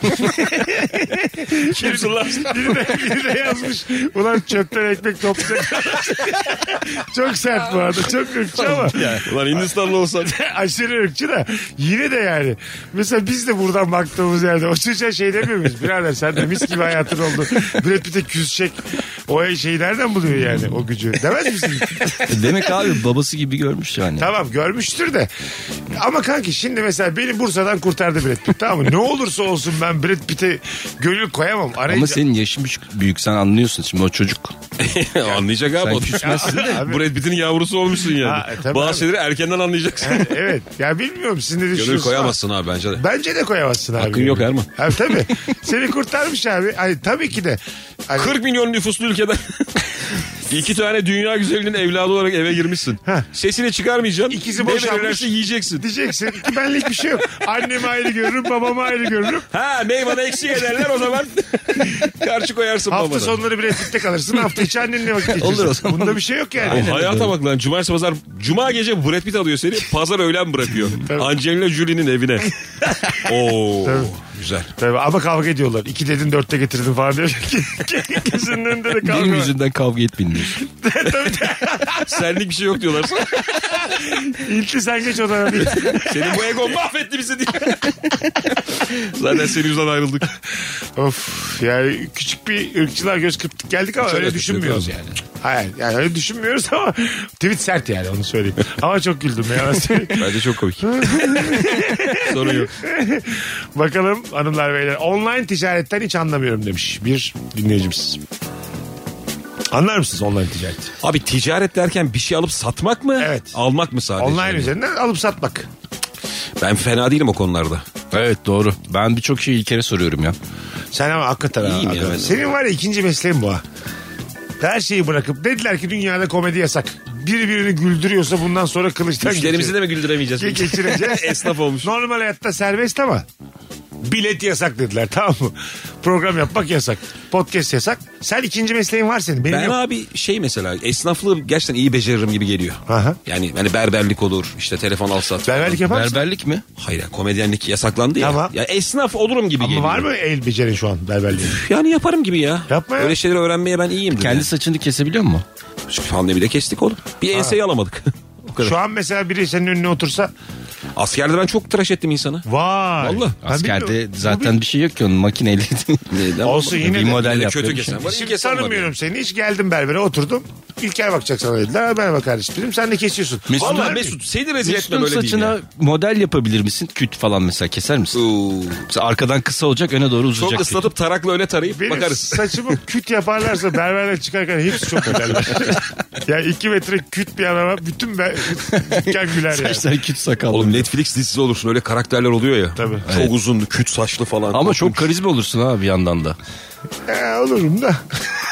Kimsin lan? Biri de yazmış. Ulan çöpten ekmek toplayacak. Çok sert bu arada. Çok ırkçı ama. Ulan Hindistanlı olsan. Aşırı ırkçı da. Yine de yani. Mesela biz de buradan baktığımız yerde o çocuğa şey demiyor muyuz? Birader sen de mis gibi hayatın oldu. Brad Pitt'e küsecek. O şeyi nereden buluyor yani o gücü? Demez misin? Demek abi babası gibi görmüş yani. Tamam görmüştür de. Ama kanki şimdi mesela beni Bursa'dan kurtardı Brad Pitt, tamam mı? Ne olursa olsun ben Brad Pitt'e gönül koyamam. Ama senin yaşın büyük, sen anlıyorsun şimdi, o çocuk. Anlayacak abi. Sen O küsmezsin de. Abi. Brad Pitt'in yavrusu olmuşsun yani. Ha, tabii Bazı abi. şeyleri erkenden anlayacaksın. Evet. Ya bilmiyorum siz ne düşünüyorsunuz? Gönül koyamazsın abi bence de. Bence de koyamazsın abi. Hakkın yok Erman. Abi tabii. Seni kurtarmış abi. Ay, tabii ki de. Hani, 40 milyon nüfuslu ülkeden 2 tane dünya güzelinin evladı olarak eve girmişsin. Heh. Sesini çıkarmayacaksın. İkisi Ne boşanmış. verirlerse yiyeceksin. diyeceksin ki benlik bir şey yok. Annemi ayrı görürüm, babamı ayrı görürüm. Ha meyvanı eksik ederler o zaman. Karşı koyarsın Hafta babana. sonları Brad Pitt'te kalırsın. Hafta içi annenle vakit geçirirsin. Olur o zaman. Bunda bir şey yok yani. O hayata bak lan. Cumartesi pazar. Cuma gece Brad Pitt alıyor seni. Pazar öğlen bırakıyor. Tabii. Angelina Jolie'nin evine. Oo. Tabii. Güzel. Tabii ama kavga ediyorlar. 2 dedin 4'te getirdin falan diyor. Gözünün önünde de kavga Benim var. yüzünden kavga etmeyin diyor. Senlik bir şey yok diyorlar. İlki sen geç odana diye. Senin bu egon mahvetti bizi diye. Zaten senin yüzünden ayrıldık. Of yani küçük bir ırkçılığa göz kırptık geldik ama Çok öyle evet, düşünmüyoruz evet. yani. Hayır yani öyle düşünmüyoruz ama tweet sert yani, onu söyleyeyim. Ama çok güldüm ya. Bence çok komik. Sorun yok. Bakalım hanımlar beyler, online ticaretten hiç anlamıyorum demiş bir dinleyicimiz. Anlar mısınız online ticaret? Abi ticaret derken bir şey alıp satmak mı? Evet. Almak mı sadece? Online üzerinden alıp satmak. Ben fena değilim o konularda. Evet doğru. Ben birçok şeyi ilk kere soruyorum ya. Sen ama hakikaten İyiyim ha, ya hakikaten. ben de. Senin var ya ikinci mesleğin bu ha. Her şeyi bırakıp dediler ki dünyada komedi yasak. Biri birini güldürüyorsa bundan sonra kılıçtan Müşterimizi de mi güldüremeyeceğiz? geçireceğiz. Esnaf olmuş. Normal hayatta serbest ama bilet yasak dediler, tamam mı? Program yapmak yasak. Podcast yasak. Sen ikinci mesleğin var senin. Benim Ben yok. abi şey mesela esnaflığı gerçekten iyi beceririm gibi geliyor. Aha. Yani hani berberlik olur, işte telefon al sat. Berberlik yapar mısın? Berberlik mi? Hayır ya, komedyenlik yasaklandı ya. Tamam. Ya esnaf olurum gibi Ama geliyor. var mı el becerin şu an berberliğin? Yani yaparım gibi ya. Yapma ya. Öyle şeyleri öğrenmeye ben iyiyimdir. Kendi saçını kesebiliyor mu? Şu pandemide kestik oğlum. Bir enseyi alamadık. O kadar. Şu an mesela biri senin önüne otursa Askerde ben çok tıraş ettim insanı. vay. Vallahi. Ben Askerde bilmiyorum. zaten bir şey yok ki onun, makineyle. Neyden? Olsun yine bir de. model Yine yapıyor. kötü kesen var. iyi Şimdi kesen var tanımıyorum yani. seni. Hiç geldim berbere oturdum. İlker bakacak sana dediler. Merhaba kardeşim dedim. Sen de kesiyorsun. Mesut- Vallahi Vallahi Mesut seni rezil etme Mesut'un böyle diyeyim saçına ya. model yapabilir misin? Küt falan mesela keser misin? Mesela arkadan kısa olacak, öne doğru uzayacak. Çok ıslatıp tarakla öne tarayıp Benim bakarız. saçımı küt yaparlarsa berberden çıkarken hepsi çok öderler. Yani 2 metre küt bir adama bütün dükkan güler yani. Saçlar küt sakallı. Oğlum Netflix dizisi olursun, öyle karakterler oluyor ya. Tabii. Çok Evet. uzun, küt saçlı falan. Ama çok karizma olursun ha bir yandan da. Olurum da.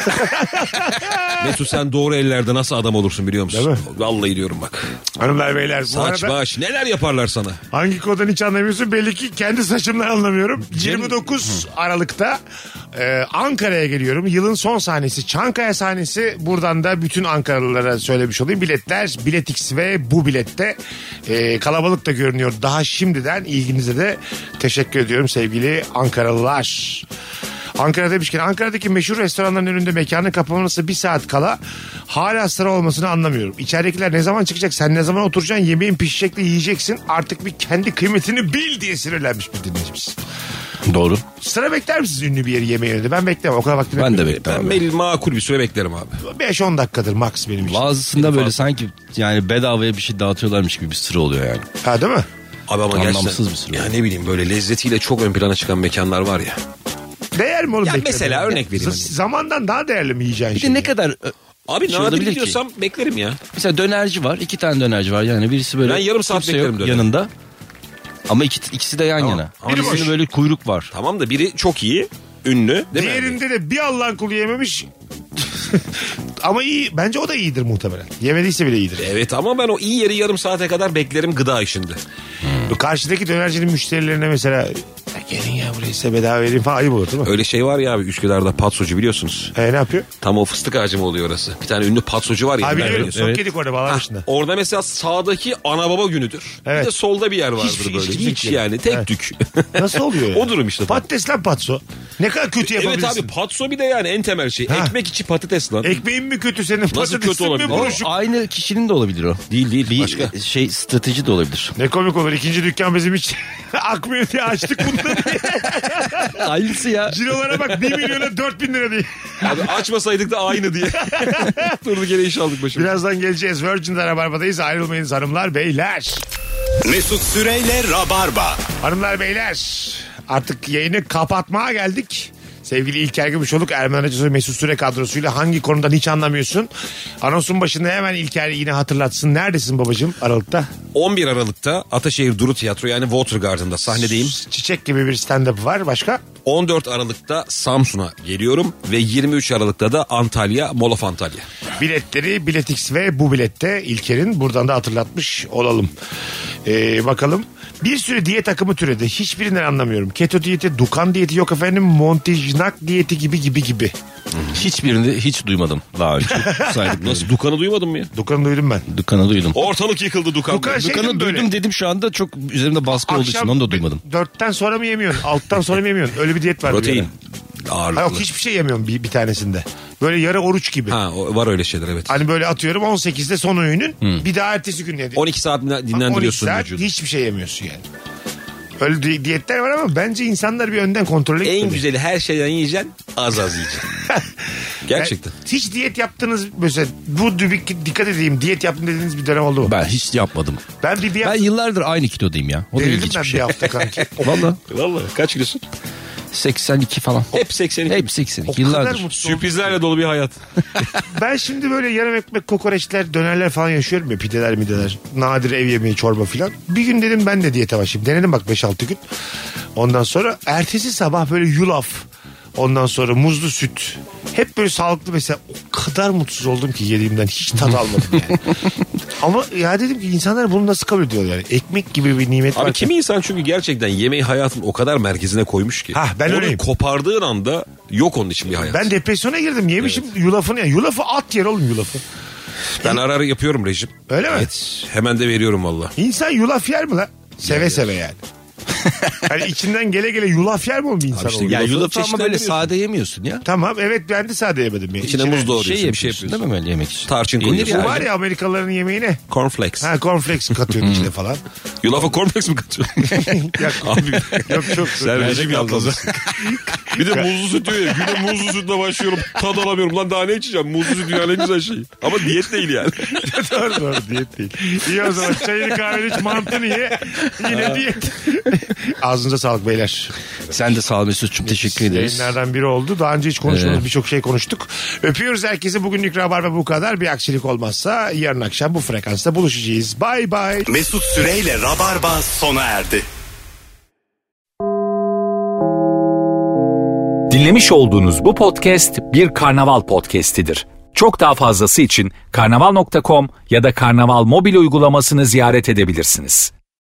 Mesut sen doğru ellerde nasıl adam olursun biliyor musun? Değil mi? Vallahi diyorum bak. Hanımlar beyler bu Saç arada baş neler yaparlar sana. hangi konudan hiç anlamıyorsun? Belli ki kendi saçımdan anlamıyorum. 29 Aralık'ta Ankara'ya geliyorum. Yılın son sahnesi Çankaya sahnesi. Buradan da bütün Ankaralılara söylemiş olayım. Biletler Biletix ve bu bilette kalabalık da görünüyor. Daha şimdiden ilginize de teşekkür ediyorum sevgili Ankaralılar. Ankara demişken Ankara'daki meşhur restoranların önünde mekanın kapanması 1 saat kala hala sıra olmasını anlamıyorum. İçeridekiler ne zaman çıkacak, sen ne zaman oturacaksın, yemeğin pişecekle yiyeceksin, artık bir kendi kıymetini bil diye sinirlenmiş bir dinleyicimiz. Doğru. Sıra bekler misiniz ünlü bir yeri yemeğin önünde? Ben beklemem, o kadar vaktim Ben de yok. beklemem. Ben makul bir süre beklerim abi. 5-10 dakikadır max benim için. Bazısında böyle sanki yani bedavaya bir şey dağıtıyorlarmış gibi bir sıra oluyor yani. Ha değil mi? Abi ama Anlamsız gerçekten bir süre. ya ne bileyim böyle lezzetiyle çok ön plana çıkan mekanlar var ya. Değer mi oğlum? Ya beklemeye? mesela örnek vereyim. Zamandan daha değerli mi yiyeceğin Bir şey? de ne kadar Abi şey nadir olabilir ki? gidiyorsam beklerim ya. Mesela dönerci var. 2 tane dönerci var. Yani birisi böyle. Ben yarım saat kimse beklerim yok döneri. yanında. Ama ikisi de yan yana. Ama Birisinde boş. böyle kuyruk var. Tamam da biri çok iyi, ünlü değil mi? Diğerinde de bir Allah'ın kulu yememiş. Ama iyi. Bence o da iyidir muhtemelen. Yemediyse bile iyidir. Evet ama ben o iyi yeri yarım saate kadar beklerim gıda işinde. Karşıdaki dönercinin müşterilerine mesela "Ya gelin ya buraya size bedava vereyim" falan ayıp olur değil mi? Öyle şey var ya abi Üsküdar'da patsocu biliyorsunuz. Ne yapıyor? Tam o fıstık ağacı mı oluyor orası? Bir tane ünlü patsocu var ya. Abi biliyorum. biliyorsun. Sok yedik orada bağlar başında. Orada mesela sağdaki ana baba günüdür. Evet. Bir de solda bir yer vardır Hiçbir şey, böyle. hiçbir Hiç şey. yani tek Evet. tük. Nasıl oluyor ya? O durum işte. Patates lan patso. Ne kadar kötü Evet yapabilirsin. abi patso bir de yani en temel şey. Ha. Ekmek içi patates lan. Ekmeğin mi kötü senin? Patatesin kötü olabilir? mi O buruşuk? aynı kişinin de olabilir o. Değil Bir başka. strateji de olabilir. Ne komik olur. İkinci dükkan bizim hiç akmıyor diye açtık bunları diye. Aynısı ya. Cirolara bak 1 milyona 4.000 lira diye. Abi açmasaydık da aynı diye. Durduk yere iş aldık başımıza. Birazdan geleceğiz. Virgin'de Rabarba'dayız. Ayrılmayınız hanımlar beyler. Mesut Süreyle Rabarba. Hanımlar beyler artık yayını kapatmaya geldik. Sevgili İlker Gümüşoluk, Erman Arıca Mesut Süre kadrosuyla hangi konudan hiç anlamıyorsun? Anonsun başında hemen İlker yine hatırlatsın. Neredesin babacığım Aralık'ta? 11 Aralık'ta Ataşehir Duru Tiyatro yani Watergarden'da sahnedeyim. Çiçek gibi bir stand-up var. Başka? 14 Aralık'ta Samsun'a geliyorum ve 23 Aralık'ta da Antalya, Mall of Antalya. Biletleri Biletix ve bu bilette İlker'in buradan da hatırlatmış olalım. Bakalım. Bir sürü diyet akımı türedi. Hiçbirinden anlamıyorum. Keto diyeti, Dukan diyeti yok efendim. Montajnak diyeti gibi. Hiçbirini hiç duymadım daha önce. Nasıl Dukan'ı duymadın mı ya? Dukan'ı duydum ben. Dukan'ı duydum. Ortalık yıkıldı Dukan. Dukan şey- Dukan'ı Şeydim böyle. duydum dedim şu anda çok üzerimde baskı olduğu için onu da duymadım. 4'ten sonra mı yemiyorsun? 6'tan sonra mı yemiyorsun? Öyle bir diyet var. Protein. Ha, Ağırlıklı. yok hiçbir şey yemiyorum bir tanesinde. Böyle yarı oruç gibi. Ha var öyle şeyler evet. Hani böyle atıyorum 18'de son öğünün bir daha ertesi gün yedi. 12 saat 12 dinlendiriyorsun saat vücudu. hiçbir şey yemiyorsun yani. Öyle diyetler var ama bence insanlar bir önden kontrole gitmeli. En güzeli her şeyden yiyeceksin, az yiyeceksin. Gerçekten. Yani hiç diyet yaptınız mesela dikkat edeyim diyet yaptım dediğiniz bir dönem oldu mu? Ben hiç yapmadım. Ben bir Ben hafta yıllardır aynı kilodayım ya. O da denedim ilginç ben bir bir şey. hafta kanki. Valla Vallahi kaç kilosun? 82 falan. Hep 82. Hep 82 O kadar yıllardır. mutlu oldum. Sürprizlerle dolu bir hayat. Ben şimdi böyle yarım ekmek kokoreçler dönerler falan yaşıyorum ya pideler mideler. Nadir ev yemeği çorba falan. Bir gün dedim ben de diyete başlayayım. Denedim bak 5-6 gün. Ondan sonra ertesi sabah böyle yulaf. Ondan sonra muzlu süt. Hep böyle sağlıklı mesela. O kadar mutsuz oldum ki yediğimden hiç tat almadım yani. Ama ya dedim ki insanlar bunu nasıl kabul ediyorlar yani. Ekmek gibi bir nimet var. Abi kimi insan çünkü gerçekten yemeği hayatın o kadar merkezine koymuş ki. Hah, ben onu öyleyim. kopardığın anda yok onun için bir hayat. Ben depresyona girdim. Yemişim yulafını. Yulafı at yer oğlum yulafı. Ben ara ara yapıyorum rejim. Öyle mi? Evet. Hemen de veriyorum valla. İnsan yulaf yer mi lan? Seve seve yani. Hani içinden gele gele yulaf yer mi oğlum bir insan? işte olur? Ya Yulafı yulafı ama böyle çeşitlendiriyorsun. sade yemiyorsun ya. Tamam evet ben de sade yemedim. Yani. İçine muz doğruyorsun. Şey bir şey yapıyorsun yapıyorsun. değil mi böyle yemek için? Tarçın Yenir koyuyorsun. Bu ya. var ya Amerikalıların yemeğine. Cornflakes. Ha cornflakes katıyorsun içine falan. Yulafa cornflakes mi katıyorsun? Yok, Abi yok çok. sen rejim yapmasın. Bir de muzlu süt diyor ya. Güne muzlu sütle başlıyorum. Tad alamıyorum. Lan daha ne içeceğim? Muzlu süt dünyanın en güzel şeyi. Ama diyet değil yani. doğru diyet değil. İyi o zaman çayını kahveni iç mantını ye. Yine diyet. Ağzınıza sağlık beyler. Sen de sağ ol Mesut'cum teşekkür ederiz. Yayınlardan biri oldu. Daha önce hiç konuşmadığımız birçok şey konuştuk. Öpüyoruz herkese. Bugünlük Rabarba bu kadar. Bir aksilik olmazsa yarın akşam bu frekansta buluşacağız. Bye bye. Mesut Süreyle Rabarba sona erdi. Dinlemiş olduğunuz bu podcast bir karnaval podcastidir. Çok daha fazlası için karnaval.com ya da karnaval mobil uygulamasını ziyaret edebilirsiniz.